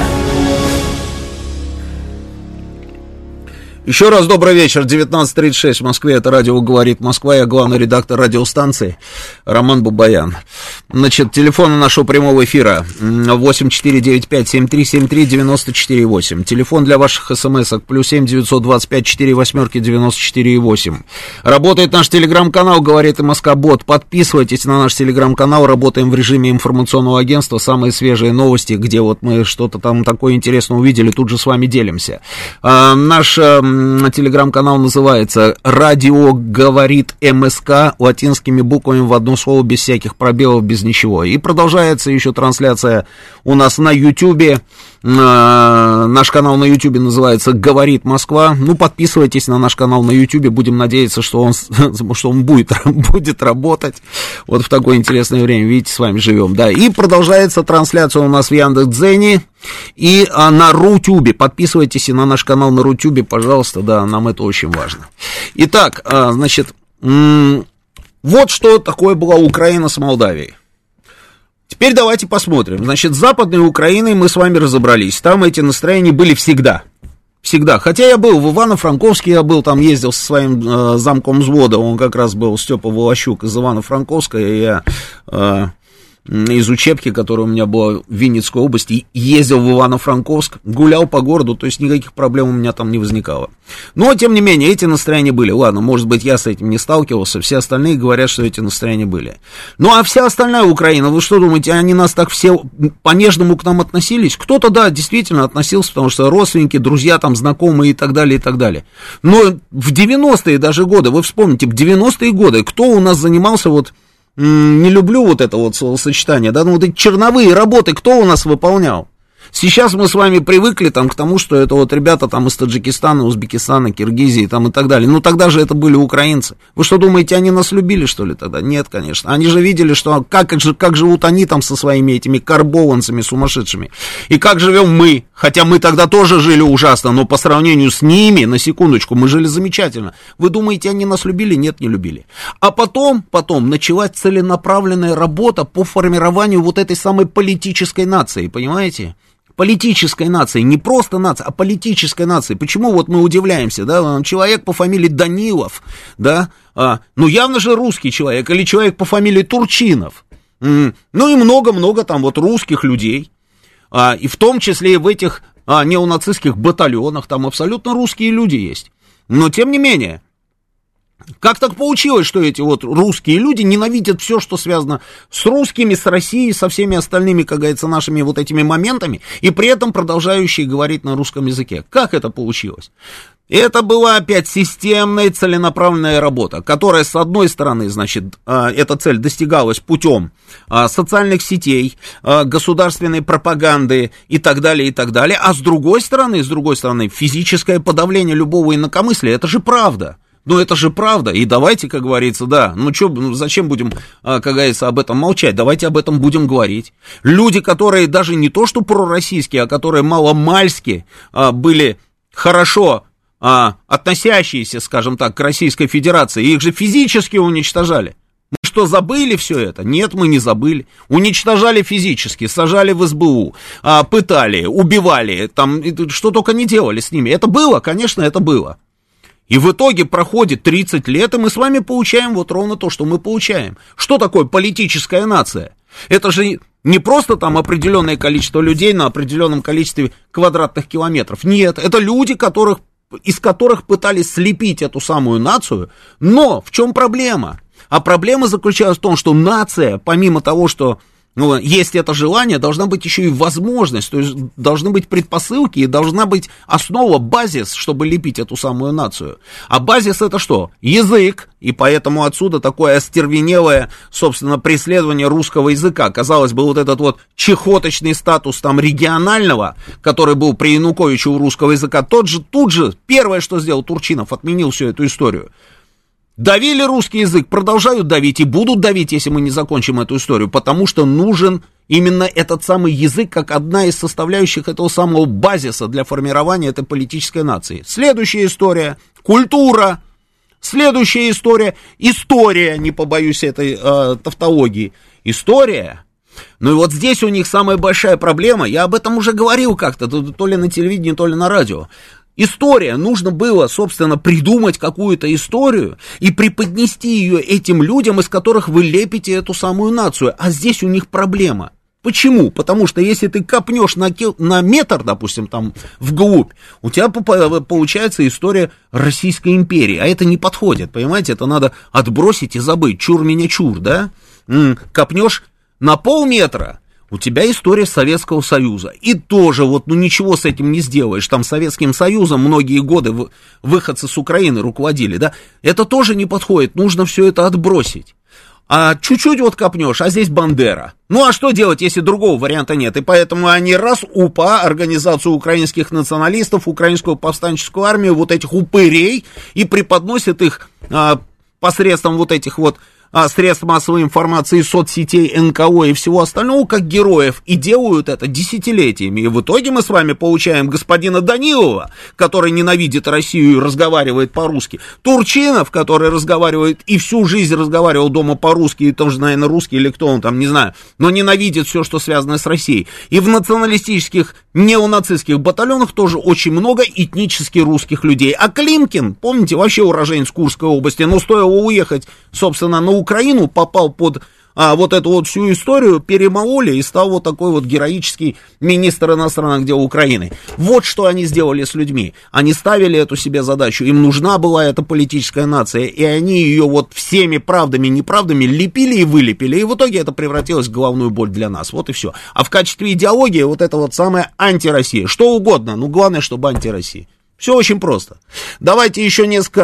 S2: Еще раз добрый вечер, девятнадцать тридцать шесть в Москве, это радио «Говорит Москва», я главный редактор радиостанции Роман Бабаян. Значит, телефон нашего прямого эфира восемь четыре девять пять семь три семь три девять четыре восемь, телефон для ваших смс-ок плюс семь девятьсот двадцать пять четыре восьмерки девяносто четыре восемь. Работает наш телеграм-канал «Говорит Москва-бот», подписывайтесь на наш телеграм-канал, работаем в режиме информационного агентства, самые свежие новости, где вот мы что-то там такое интересное увидели, тут же с вами делимся. А, наш телеграм-канал называется «Радио говорит МСК», латинскими буквами в одно слово, без всяких пробелов, без ничего. И продолжается еще трансляция у нас на Ютьюбе. Наш канал на Ютьюбе называется «Говорит Москва». Ну, подписывайтесь на наш канал на Ютьюбе. Будем надеяться, что он, что он будет, будет работать вот в такое интересное время. Видите, с вами живем, да. И продолжается трансляция у нас в Яндекс.Дзене и а, на Рутюбе. Подписывайтесь и на наш канал на Рутюбе, пожалуйста, да, нам это очень важно. Итак, а, значит, м- вот что такое была Украина с Молдавией. Теперь давайте посмотрим. Значит, с Западной Украиной мы с вами разобрались. Там эти настроения были всегда. Всегда. Хотя я был в Ивано-Франковске, я был там, ездил со своим э, замком взвода. Он как раз был Степа Волощук из Ивано-Франковска. И я э, из учебки, которая у меня была в Винницкой области, ездил в Ивано-Франковск, гулял по городу, то есть никаких проблем у меня там не возникало. Но, тем не менее, эти настроения были. Ладно, может быть, я с этим не сталкивался, все остальные говорят, что эти настроения были. Ну, а вся остальная Украина, вы что думаете, они нас так все по-нежному к нам относились? Кто-то, да, действительно относился, потому что родственники, друзья, там, знакомые и так далее, и так далее. Но в девяностые даже годы, вы вспомните, в девяностые годы, кто у нас занимался вот м- не люблю вот это вот словосочетание, да, ну вот эти черновые работы кто у нас выполнял? Сейчас мы с вами привыкли там к тому, что это вот ребята там из Таджикистана, Узбекистана, Киргизии там и так далее. Ну тогда же это были украинцы. Вы что думаете, они нас любили, что ли, тогда? Нет, конечно. Они же видели, что как, как, как живут они там со своими этими карбованцами сумасшедшими. И как живем мы. Хотя мы тогда тоже жили ужасно, но по сравнению с ними, на секундочку, мы жили замечательно. Вы думаете, они нас любили? Нет, не любили. А потом, потом началась целенаправленная работа по формированию вот этой самой политической нации, понимаете? Политической нации, не просто нации, а политической нации. Почему вот мы удивляемся, да, человек по фамилии Данилов, да, а, ну явно же русский человек, или человек по фамилии Турчинов, м-м, ну и много-много там вот русских людей, а, и в том числе и в этих а, неонацистских батальонах, там абсолютно русские люди есть, но тем не менее. Как так получилось, что эти вот русские люди ненавидят все, что связано с русскими, с Россией, со всеми остальными, как говорится, нашими вот этими моментами, и при этом продолжающие говорить на русском языке? Как это получилось? Это была опять системная целенаправленная работа, которая, с одной стороны, значит, эта цель достигалась путем социальных сетей, государственной пропаганды и так далее, и так далее, а с другой стороны, с другой стороны, физическое подавление любого инакомыслия, это же правда. Ну, это же правда, и давайте, как говорится, да, ну, что, ну, зачем будем, как говорится, об этом молчать, давайте об этом будем говорить. Люди, которые даже не то, что пророссийские, а которые маломальски а, были хорошо а, относящиеся, скажем так, к Российской Федерации, их же физически уничтожали. Мы что, забыли все это? Нет, мы не забыли. Уничтожали физически, сажали в эс бэ у, а, пытали, убивали, там, что только не делали с ними. Это было, конечно, это было. И в итоге проходит тридцать лет, и мы с вами получаем вот ровно то, что мы получаем. Что такое политическая нация? Это же не просто там определенное количество людей на определенном количестве квадратных километров. Нет, это люди, которых, из которых пытались слепить эту самую нацию. Но в чем проблема? А проблема заключалась в том, что нация, помимо того, что ну, есть это желание, должна быть еще и возможность, то есть должны быть предпосылки и должна быть основа, базис, чтобы лепить эту самую нацию. А базис это что? Язык, и поэтому отсюда такое остервенелое, собственно, преследование русского языка. Казалось бы, вот этот вот чехоточный статус там регионального, который был при Януковиче у русского языка, тот же тут же, первое, что сделал Турчинов, отменил всю эту историю. Давили русский язык, продолжают давить и будут давить, если мы не закончим эту историю, потому что нужен именно этот самый язык как одна из составляющих этого самого базиса для формирования этой политической нации. Следующая история – культура. Следующая история – история, не побоюсь этой э, тавтологии. История. Ну и вот здесь у них самая большая проблема, я об этом уже говорил как-то, то, то ли на телевидении, то ли на радио. История, нужно было, собственно, придумать какую-то историю и преподнести ее этим людям, из которых вы лепите эту самую нацию. А здесь у них проблема. Почему? Потому что если ты копнешь на, на метр, допустим, там вглубь, у тебя получается история Российской империи, а это не подходит, понимаете? Это надо отбросить и забыть. Чур меня чур, да? М-м, копнешь на полметра, у тебя история Советского Союза. И тоже вот, ну ничего с этим не сделаешь. Там Советским Союзом многие годы выходцы с Украины руководили, да. Это тоже не подходит, нужно все это отбросить. А чуть-чуть вот копнешь, а здесь Бандера. Ну а что делать, если другого варианта нет? И поэтому они раз УПА, Организацию украинских националистов, Украинскую повстанческую армию, вот этих упырей, и преподносят их а, посредством вот этих вот А, средств массовой информации, соцсетей, эн ка о и всего остального, как героев, и делают это десятилетиями. И в итоге мы с вами получаем господина Данилова, который ненавидит Россию и разговаривает по-русски, Турчинов, который разговаривает и всю жизнь разговаривал дома по-русски, и тоже, наверное, русский или кто он там, не знаю, но ненавидит все, что связано с Россией. И в националистических, неонацистских батальонах тоже очень много этнически русских людей. А Климкин, помните, вообще уроженец Курской области, но стоило уехать, собственно, на Украину, попал под а, вот эту вот всю историю, перемололи и стал вот такой вот героический министр иностранных дел Украины. Вот что они сделали с людьми. Они ставили эту себе задачу, им нужна была эта политическая нация, и они ее вот всеми правдами и неправдами лепили и вылепили, и в итоге это превратилось в головную боль для нас. Вот и все. А в качестве идеологии вот это вот самая антироссия. Что угодно, но главное, чтобы антироссия. Все очень просто. Давайте еще несколько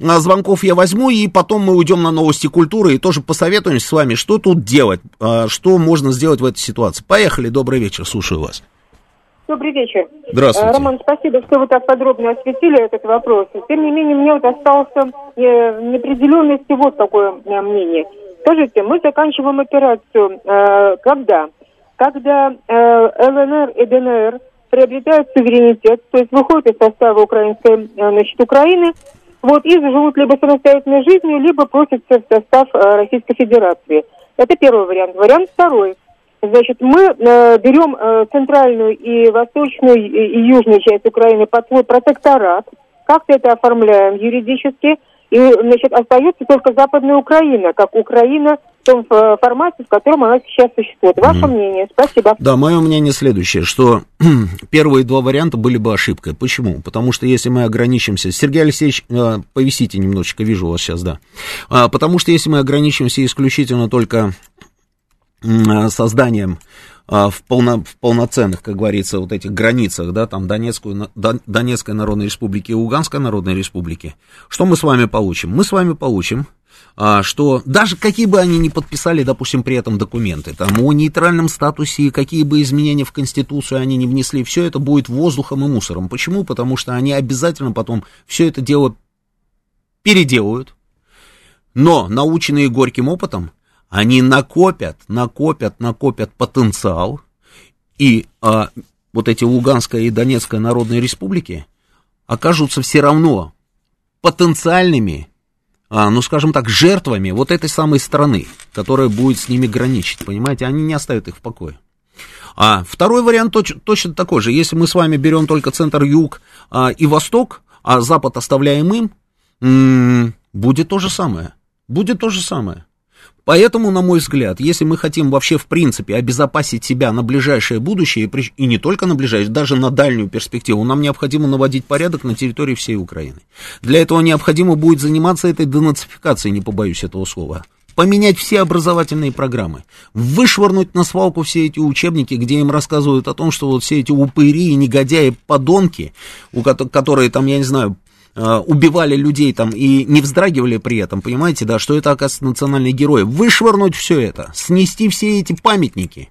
S2: звонков я возьму, и потом мы уйдем на новости культуры и тоже посоветуемся с вами, что тут делать, что можно сделать в этой ситуации. Поехали, добрый вечер, слушаю вас.
S9: Добрый вечер.
S2: Здравствуйте.
S9: Роман, спасибо, что вы так подробно осветили этот вопрос. Тем не менее, мне вот остался неопределенности вот такое мнение. Скажите, мы заканчиваем операцию э, когда? Когда э, ЛНР и ДНР приобретают суверенитет, то есть выходят из состава украинской, значит, Украины, вот, и живут либо самостоятельной жизнью, либо просятся в состав э, Российской Федерации. Это первый вариант. Вариант второй. Значит, мы э, берем э, центральную и восточную и, и южную часть Украины под свой протекторат, как-то это оформляем юридически, и, значит, остается только Западная Украина, как Украина в том формате, в котором она сейчас существует. Ваше mm-hmm. мнение? Спасибо.
S2: Да, мое мнение следующее, что первые два варианта были бы ошибкой. Почему? Потому что если мы ограничимся... Сергей Алексеевич, э, повисите немножечко, вижу вас сейчас, да. А, потому что если мы ограничимся исключительно только э, созданием э, в, полно, в полноценных, как говорится, вот этих границах, да, там Донецкую, Донецкой Народной Республики и Луганской Народной Республики, что мы с вами получим? Мы с вами получим... что даже какие бы они ни подписали, допустим, при этом документы, там, о нейтральном статусе, какие бы изменения в Конституцию они не внесли, все это будет воздухом и мусором. Почему? Потому что они обязательно потом все это дело переделают, но, наученные горьким опытом, они накопят, накопят, накопят потенциал, и а, вот эти Луганская и Донецкая Народные Республики окажутся все равно потенциальными, А, ну, скажем так, жертвами вот этой самой страны, которая будет с ними граничить, понимаете, они не оставят их в покое. А второй вариант точ, точно такой же, если мы с вами берем только центр-юг а, и восток, а запад оставляем им, м-м, будет то же самое, будет то же самое. Поэтому, на мой взгляд, если мы хотим вообще, в принципе, обезопасить себя на ближайшее будущее, и не только на ближайшее, даже на дальнюю перспективу, нам необходимо наводить порядок на территории всей Украины. Для этого необходимо будет заниматься этой денацификацией, не побоюсь этого слова. Поменять все образовательные программы, вышвырнуть на свалку все эти учебники, где им рассказывают о том, что вот все эти упыри, негодяи, подонки, у которые там, я не знаю, убивали людей там и не вздрагивали при этом, понимаете, да, что это, оказывается, национальные герои. Вышвырнуть все это, снести все эти памятники,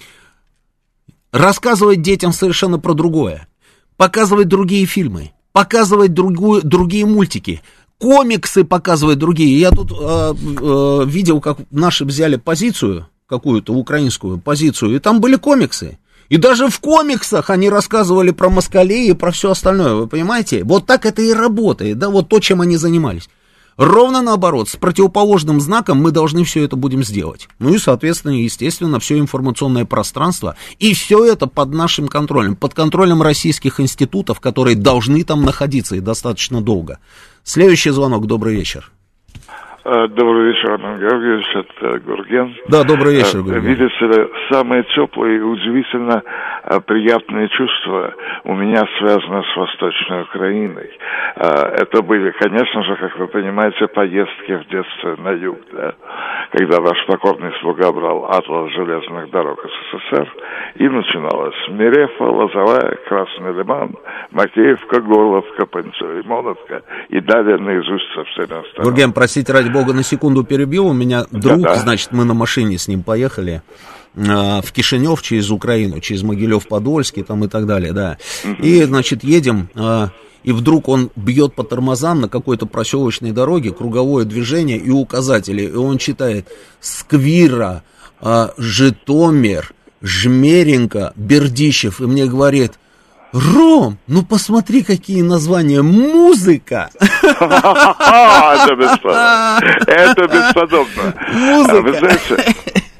S2: рассказывать детям совершенно про другое, показывать другие фильмы, показывать другую, другие мультики, комиксы показывать другие. Я тут э, э, видел, как наши взяли позицию, какую-то украинскую позицию, и там были комиксы. И даже в комиксах они рассказывали про москалей и про все остальное, вы понимаете? Вот так это и работает, да, вот то, чем они занимались. Ровно наоборот, с противоположным знаком мы должны все это будем сделать. Ну и, соответственно, естественно, все информационное пространство, и все это под нашим контролем, под контролем российских институтов, которые должны там находиться и достаточно долго. Следующий звонок, добрый вечер.
S10: Добрый вечер, Роман Георгиевич, это Гурген.
S2: Да, добрый вечер, Гурген.
S10: Видите ли, самые теплые и удивительно приятные чувства у меня связаны с Восточной Украиной. Это были, конечно же, как вы понимаете, поездки в детстве на юг, да, когда ваш покорный слуга брал атлас железных дорог СССР, и начиналось Мерефа, Лозовая, Красный Лиман, Макеевка, Горловка, Пантелеймоновка, и далее наизусть со всеми остальными.
S2: Гурген, простите, ради бога, на секунду перебил, у меня друг,
S10: да-да.
S2: Значит, мы на машине с ним поехали э, в Кишинев через Украину, через Могилев-Подольский там и так далее, да, угу. И, значит, едем, э, и вдруг он бьет по тормозам на какой-то проселочной дороге, круговое движение и указатели, и он читает Сквира, э, Житомир, Жмеренко, Бердищев, и мне говорит: Ром, ну посмотри, какие названия. Музыка.
S10: Это бесподобно. Это бесподобно.
S2: Музыка.
S10: Вы знаете,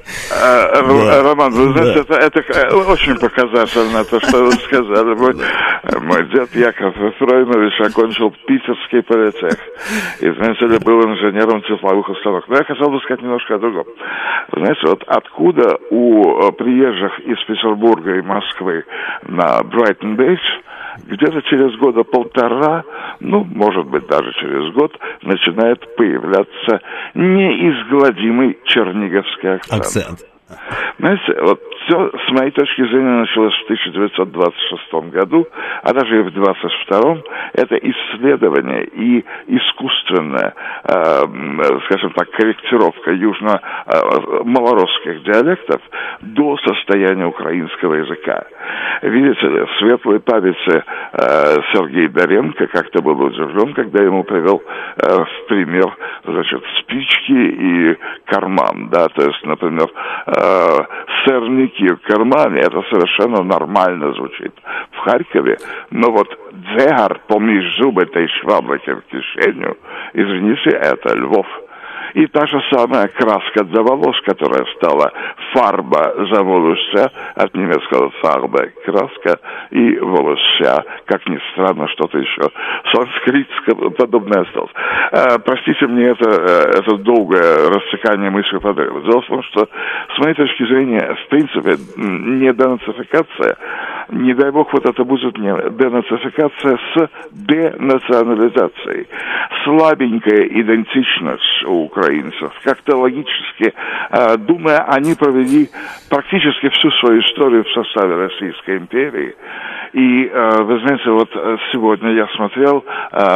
S10: Роман, вы знаете, это, это очень показательно, то, что вы сказали. Мой, мой дед Яков Ефроимович окончил Питерский политех. И, знаете ли, был инженером тепловых установок. Но я хотел бы сказать немножко о другом. Знаете, вот откуда у приезжих из Петербурга и Москвы на Брайтон-Бич где-то через года полтора, ну, может быть, даже через год, начинает появляться неизгладимый черниговский акцент. акцент. Знаете, вот все, с моей точки зрения, началось в тысяча девятьсот двадцать шестом году, а даже и в двадцать втором. Это исследование и искусственная, э, скажем так, корректировка южно-малоросских диалектов до состояния украинского языка. Видите ли, в светлой памяти э, Сергей Доренко как-то был удивлен, когда ему привел э, в пример, значит, спички и карман, да, то есть, например, э, сорняки в кармане, это совершенно нормально звучит в Харькове, но вот дзегар поміж зубы этой швабрики в кишеню, извините, это Львов. И та же самая краска для волос, которая стала фарба за волосы, от немецкого фарба, краска, и волосы, как ни странно, что-то еще санскритское подобное осталось. А, простите мне это, это долгое рассекание мысли подряд. Дело в том, что, с моей точки зрения, в принципе, не денацификация, не дай бог, вот это будет не денацификация с денационализацией. Слабенькая идентичность у украинцев. Как-то логически, э, думая, они провели практически всю свою историю в составе Российской империи. И, э, вы знаете, вот сегодня я смотрел э,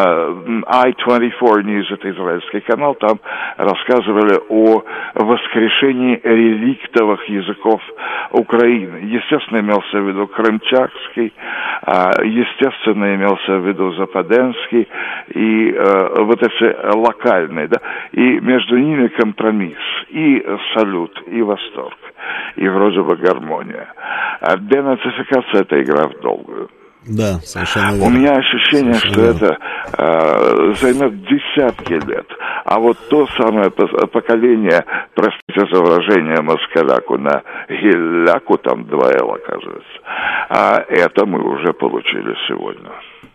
S10: ай двадцать четыре News, это израильский канал, там рассказывали о воскрешении реликтовых языков Украины. Естественно, имелся в виду крымчакский, э, естественно, имелся в виду западенский, и э, вот эти локальные, да, и между ними компромисс, и салют, и восторг, и вроде бы гармония. А денацификация — это игра в долгую.
S2: Да, совершенно верно.
S10: У меня ощущение,
S2: совершенно
S10: что верно. это э, займет десятки лет. А вот то самое поколение, простите за выражение, москаляку на гилляку, там два «л», оказывается, а это мы уже получили сегодня.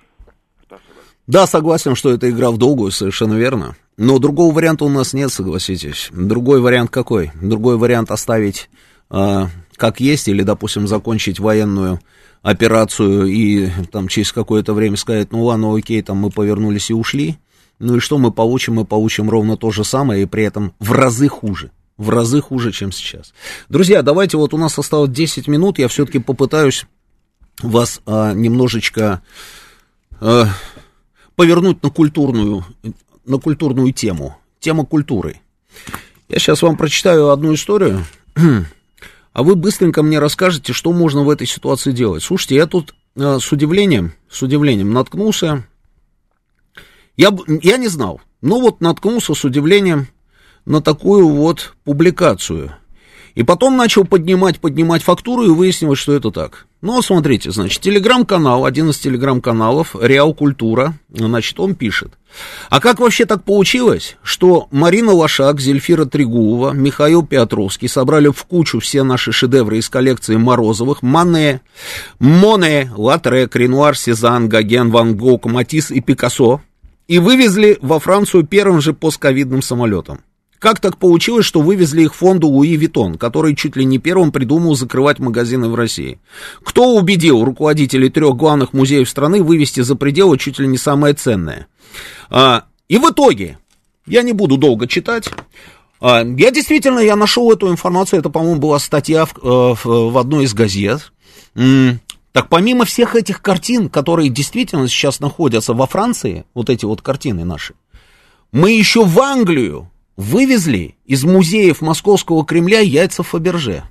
S2: Да, согласен, что это игра в долгую, совершенно верно. Но другого варианта у нас нет, согласитесь. Другой вариант какой? Другой вариант оставить э, как есть, или, допустим, закончить военную операцию и там через какое-то время сказать: ну ладно, окей, там мы повернулись и ушли. Ну и что мы получим? Мы получим ровно то же самое, и при этом в разы хуже. В разы хуже, чем сейчас. Друзья, давайте, вот у нас осталось десять минут, я все-таки попытаюсь вас э, немножечко... Э, повернуть на культурную, на культурную тему, тема культуры. Я сейчас вам прочитаю одну историю, а вы быстренько мне расскажете, что можно в этой ситуации делать. Слушайте, я тут э, с удивлением, с удивлением наткнулся, я, я не знал, но вот наткнулся с удивлением на такую вот публикацию. И потом начал поднимать, поднимать фактуру, и выяснилось, что это так. Ну, смотрите, значит, телеграм-канал, один из телеграм-каналов, Реал Культура, значит, он пишет: а как вообще так получилось, что Марина Лошак, Зельфира Трегулова, Михаил Петровский собрали в кучу все наши шедевры из коллекции Морозовых: Мане, Моне, Латрек, Ренуар, Сезанн, Гоген, Ван Гог, Матисс и Пикассо, и вывезли во Францию первым же постковидным самолетом? Как так получилось, что вывезли их фонду Луи Виттон, который чуть ли не первым придумал закрывать магазины в России? Кто убедил руководителей трех главных музеев страны вывести за пределы чуть ли не самое ценное? А, и в итоге, я не буду долго читать, а, я действительно, я нашел эту информацию, это, по-моему, была статья в, в, в одной из газет. М- так помимо всех этих картин, которые действительно сейчас находятся во Франции, вот эти вот картины наши, мы еще в Англию вывезли из музеев Московского Кремля яйца Фаберже.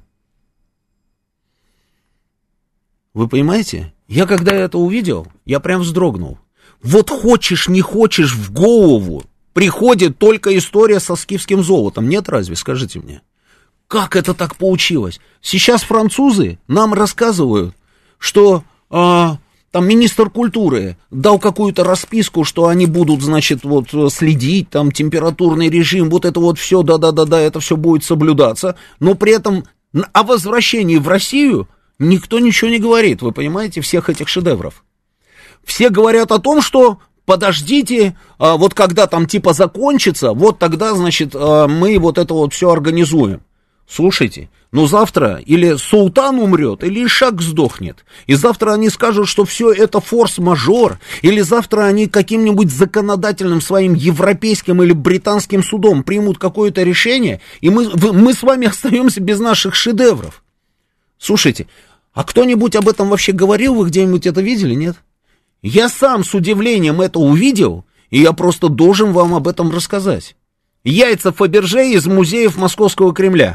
S2: Вы понимаете? Я когда это увидел, я прям вздрогнул. Вот хочешь, не хочешь, в голову приходит только история со скифским золотом. Нет разве? Скажите мне. Как это так получилось? Сейчас французы нам рассказывают, что... А, там министр культуры дал какую-то расписку, что они будут, значит, вот следить, там температурный режим, вот это вот все, да-да-да-да, это все будет соблюдаться, но при этом о возвращении в Россию никто ничего не говорит, вы понимаете, всех этих шедевров. Все говорят о том, что подождите, вот когда там типа закончится, вот тогда, значит, мы вот это вот все организуем. Слушайте, но завтра или султан умрет, или Ишак сдохнет. И завтра они скажут, что все это форс-мажор. Или завтра они каким-нибудь законодательным своим европейским или британским судом примут какое-то решение, и мы, мы с вами остаемся без наших шедевров. Слушайте, а кто-нибудь об этом вообще говорил? Вы где-нибудь это видели, нет? Я сам с удивлением это увидел, и я просто должен вам об этом рассказать. Яйца Фаберже из музеев Московского Кремля.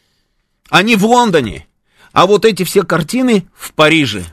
S2: Они в Лондоне, а вот эти все картины в Париже.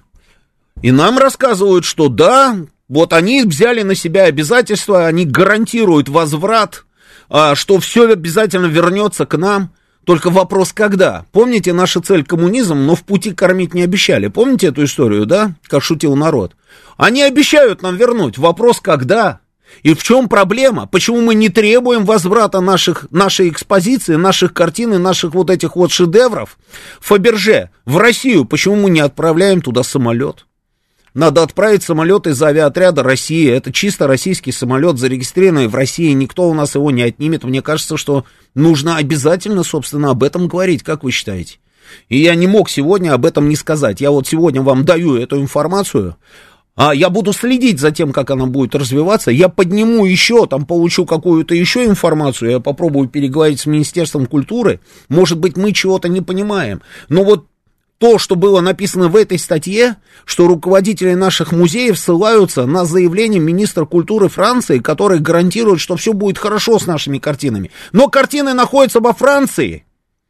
S2: И нам рассказывают, что да, вот они взяли на себя обязательства, они гарантируют возврат, что все обязательно вернется к нам. Только вопрос, когда? Помните, наша цель коммунизм, но в пути кормить не обещали. Помните эту историю, да? Как шутил народ. Они обещают нам вернуть. Вопрос, когда? И в чем проблема? Почему мы не требуем возврата наших, нашей экспозиции, наших картин и наших вот этих вот шедевров Фаберже в Россию? Почему мы не отправляем туда самолет? Надо отправить самолет из авиаотряда России. Это чисто российский самолет, зарегистрированный в России. Никто у нас его не отнимет. Мне кажется, что нужно обязательно, собственно, об этом говорить. Как вы считаете? И я не мог сегодня об этом не сказать. Я вот сегодня вам даю эту информацию. А я буду следить за тем, как она будет развиваться. Я подниму еще, там получу какую-то еще информацию. Я попробую переговорить с Министерством культуры. Может быть, мы чего-то не понимаем. Но вот то, что было написано в этой статье, что руководители наших музеев ссылаются на заявление министра культуры Франции, который гарантирует, что все будет хорошо с нашими картинами. Но картины находятся во Франции,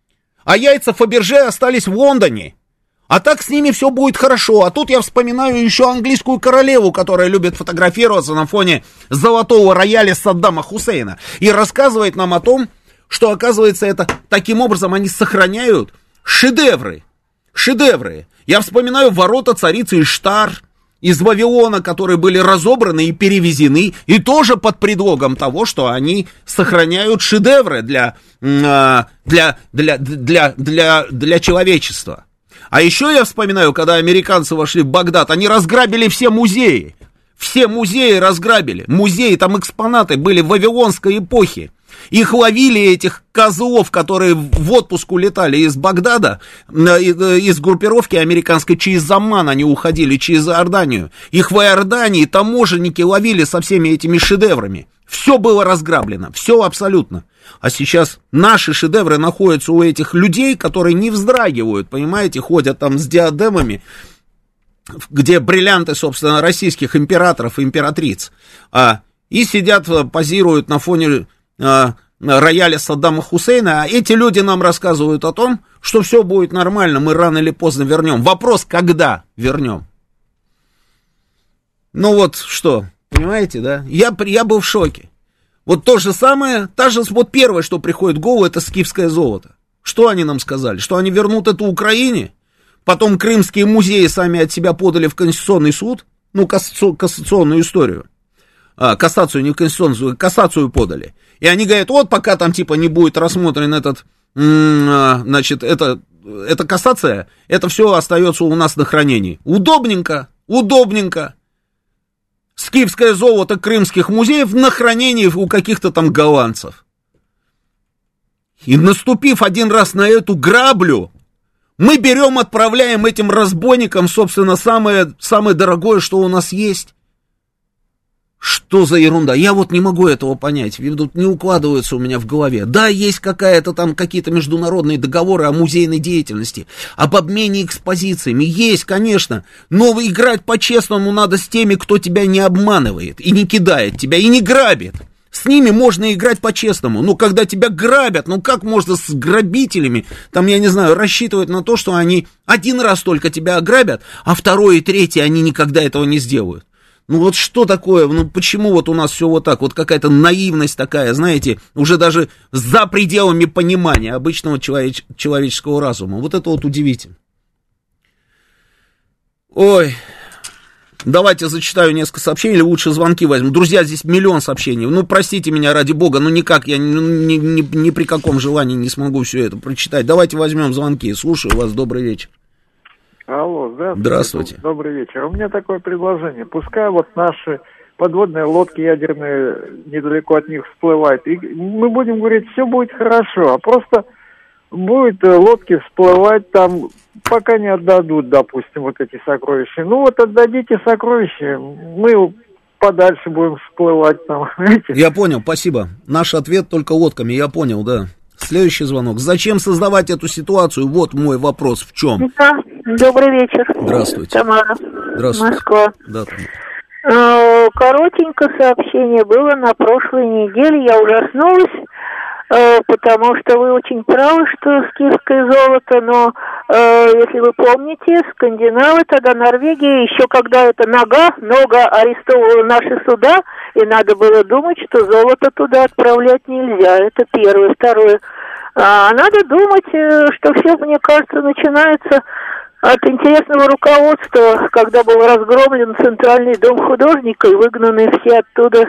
S2: а яйца Фаберже остались в Лондоне. А так с ними все будет хорошо. А тут я вспоминаю еще английскую королеву, которая любит фотографироваться на фоне золотого рояля Саддама Хусейна. И рассказывает нам о том, что, оказывается, это таким образом они сохраняют шедевры. Шедевры. Я вспоминаю ворота царицы Иштар из Вавилона, которые были разобраны и перевезены, и тоже под предлогом того, что они сохраняют шедевры для, для, для, для, для, для человечества. А еще я вспоминаю, когда американцы вошли в Багдад, они разграбили все музеи. Все музеи разграбили. Музеи, там экспонаты были вавилонской эпохи. Их ловили, этих козлов, которые в отпуск улетали из Багдада, из группировки американской, через Амман они уходили, через Иорданию. Их в Иордании таможенники ловили со всеми этими шедеврами. Все было разграблено, все абсолютно. А сейчас наши шедевры находятся у этих людей, которые не вздрагивают, понимаете, ходят там с диадемами, где бриллианты, собственно, российских императоров и императриц, а, и сидят, позируют на фоне а, рояля Саддама Хусейна, а эти люди нам рассказывают о том, что все будет нормально, мы рано или поздно вернем. Вопрос, когда вернем? Ну вот что, понимаете, да? Я, я был в шоке. Вот то же самое, та же, вот первое, что приходит в голову, это скифское золото. Что они нам сказали? Что они вернут это Украине? Потом крымские музеи сами от себя подали в Конституционный суд, ну, кассационную историю. А, кассацию, не в Конституционную, кассацию подали. И они говорят, вот пока там типа не будет рассмотрен этот, значит, это, эта кассация, это все остается у нас на хранении. Удобненько, удобненько. Скифское золото крымских музеев на хранении у каких-то там голландцев. И наступив один раз на эту граблю, мы берем, отправляем этим разбойникам, собственно, самое, самое дорогое, что у нас есть. Что за ерунда? Я вот не могу этого понять. Тут не укладывается у меня в голове. Да, есть какая-то там какие-то международные договоры о музейной деятельности, об обмене экспозициями. Есть, конечно. Но играть по-честному надо с теми, кто тебя не обманывает и не кидает тебя, и не грабит. С ними можно играть по-честному. Но когда тебя грабят, ну как можно с грабителями, там, я не знаю, рассчитывать на то, что они один раз только тебя ограбят, а второй и третий они никогда этого не сделают. Ну вот что такое, ну почему вот у нас все вот так, вот какая-то наивность такая, знаете, уже даже за пределами понимания обычного человеч- человеческого разума. Вот это вот удивительно. Ой, давайте зачитаю несколько сообщений, или лучше звонки возьму. Друзья, здесь миллион сообщений, ну простите меня ради бога, ну никак, я ни, ни, ни, ни при каком желании не смогу все это прочитать. Давайте возьмем звонки, слушаю вас, добрый вечер.
S11: Алло, здравствуйте.
S2: Здравствуйте.
S11: Добрый вечер. У меня такое предложение. Пускай вот наши подводные лодки ядерные недалеко от них всплывают. И мы будем говорить, все будет хорошо. А просто будет лодки всплывать там, пока не отдадут, допустим, вот эти сокровища. Ну вот отдадите сокровища, мы подальше будем всплывать там. Видите?
S2: Я понял, спасибо. Наш ответ только лодками, я понял, да. Следующий звонок. Зачем создавать эту ситуацию? Вот мой вопрос в чем.
S12: Да, добрый вечер.
S2: Здравствуйте.
S12: Тамара.
S2: Здравствуйте.
S12: Москва.
S2: Да, Тамара.
S12: Коротенько сообщение было на прошлой неделе. Я ужаснулась, потому что вы очень правы, что скифское золото, но если вы помните, скандинавы, тогда Норвегия, еще когда это нога, нога арестовывала наши суда, и надо было думать, что золото туда отправлять нельзя. Это первое. Второе. А надо думать, что все, мне кажется, начинается от интересного руководства, когда был разгромлен Центральный дом художника и выгнаны все оттуда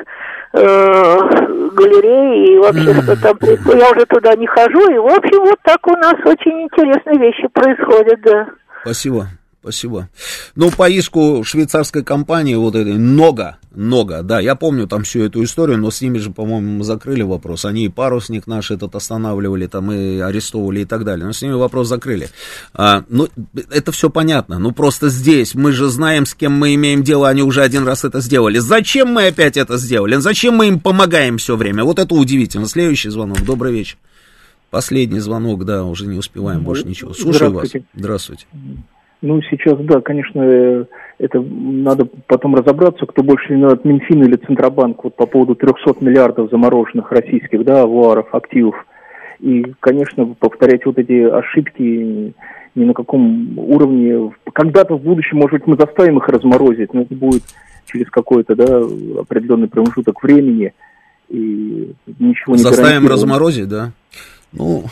S12: э, галереи и вообще что там происходит. Я уже туда не хожу, и в общем вот так у нас очень интересные вещи происходят, да.
S2: Спасибо. Спасибо. Ну, по иску швейцарской компании, вот этой Нога, Нога, да, я помню там всю эту историю, но с ними же, по-моему, мы закрыли вопрос. Они и парусник наш этот останавливали, там, и арестовывали и так далее, но с ними вопрос закрыли. А, ну, это все понятно, ну, просто здесь мы же знаем, с кем мы имеем дело, они уже один раз это сделали. Зачем мы опять это сделали? Зачем мы им помогаем все время? Вот это удивительно. Следующий звонок. Добрый вечер. Последний звонок, да, уже не успеваем больше ничего. Слушаю вас. Здравствуйте.
S13: Ну, сейчас, да, конечно, это надо потом разобраться, кто больше виноват, Минфин или Центробанк, вот по поводу трехсот миллиардов замороженных российских, да, авуаров, активов. И, конечно, повторять вот эти ошибки ни на каком уровне. Когда-то в будущем, может быть, мы заставим их разморозить, но это будет через какой-то, да, определенный промежуток времени, и ничего не
S2: заставим разморозить, да? Ну,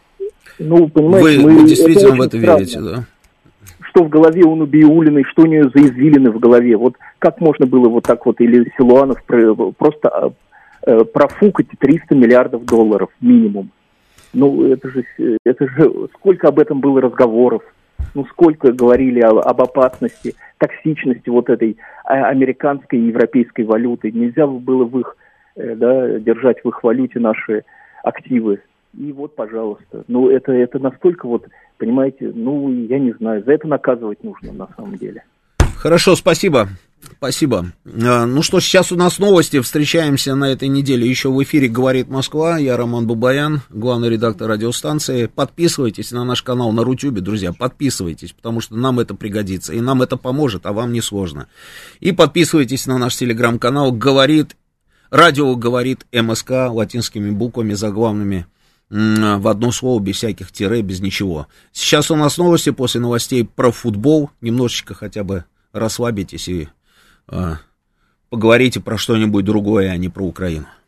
S13: ну понимаете,
S2: вы,
S13: мы,
S2: вы действительно
S13: это
S2: в это
S13: странно.
S2: верите, да?
S13: Что в голове у Набиуллиной, что у нее за извилины в голове. Вот как можно было вот так вот, или Силуанов, просто э, профукать триста миллиардов долларов минимум. Ну, это же, это же, сколько об этом было разговоров, ну, сколько говорили о, об опасности, токсичности вот этой американской и европейской валюты. Нельзя было в их, э, да, держать в их валюте наши активы. И вот, пожалуйста, ну, это, это настолько вот, понимаете, ну, я не знаю, за это наказывать нужно на самом деле.
S2: Хорошо, спасибо, спасибо. Ну что, сейчас у нас новости, встречаемся на этой неделе еще в эфире «Говорит Москва», я Роман Бабаян, главный редактор радиостанции. Подписывайтесь на наш канал на Рутюбе, друзья, подписывайтесь, потому что нам это пригодится, и нам это поможет, а вам не сложно. И подписывайтесь на наш телеграм-канал «Говорит», радио «Говорит МСК» латинскими буквами заглавными, в одно слово, без всяких тире, без ничего. Сейчас у нас новости, после новостей про футбол. Немножечко хотя бы расслабитесь и э, поговорите про что-нибудь другое, а не про Украину.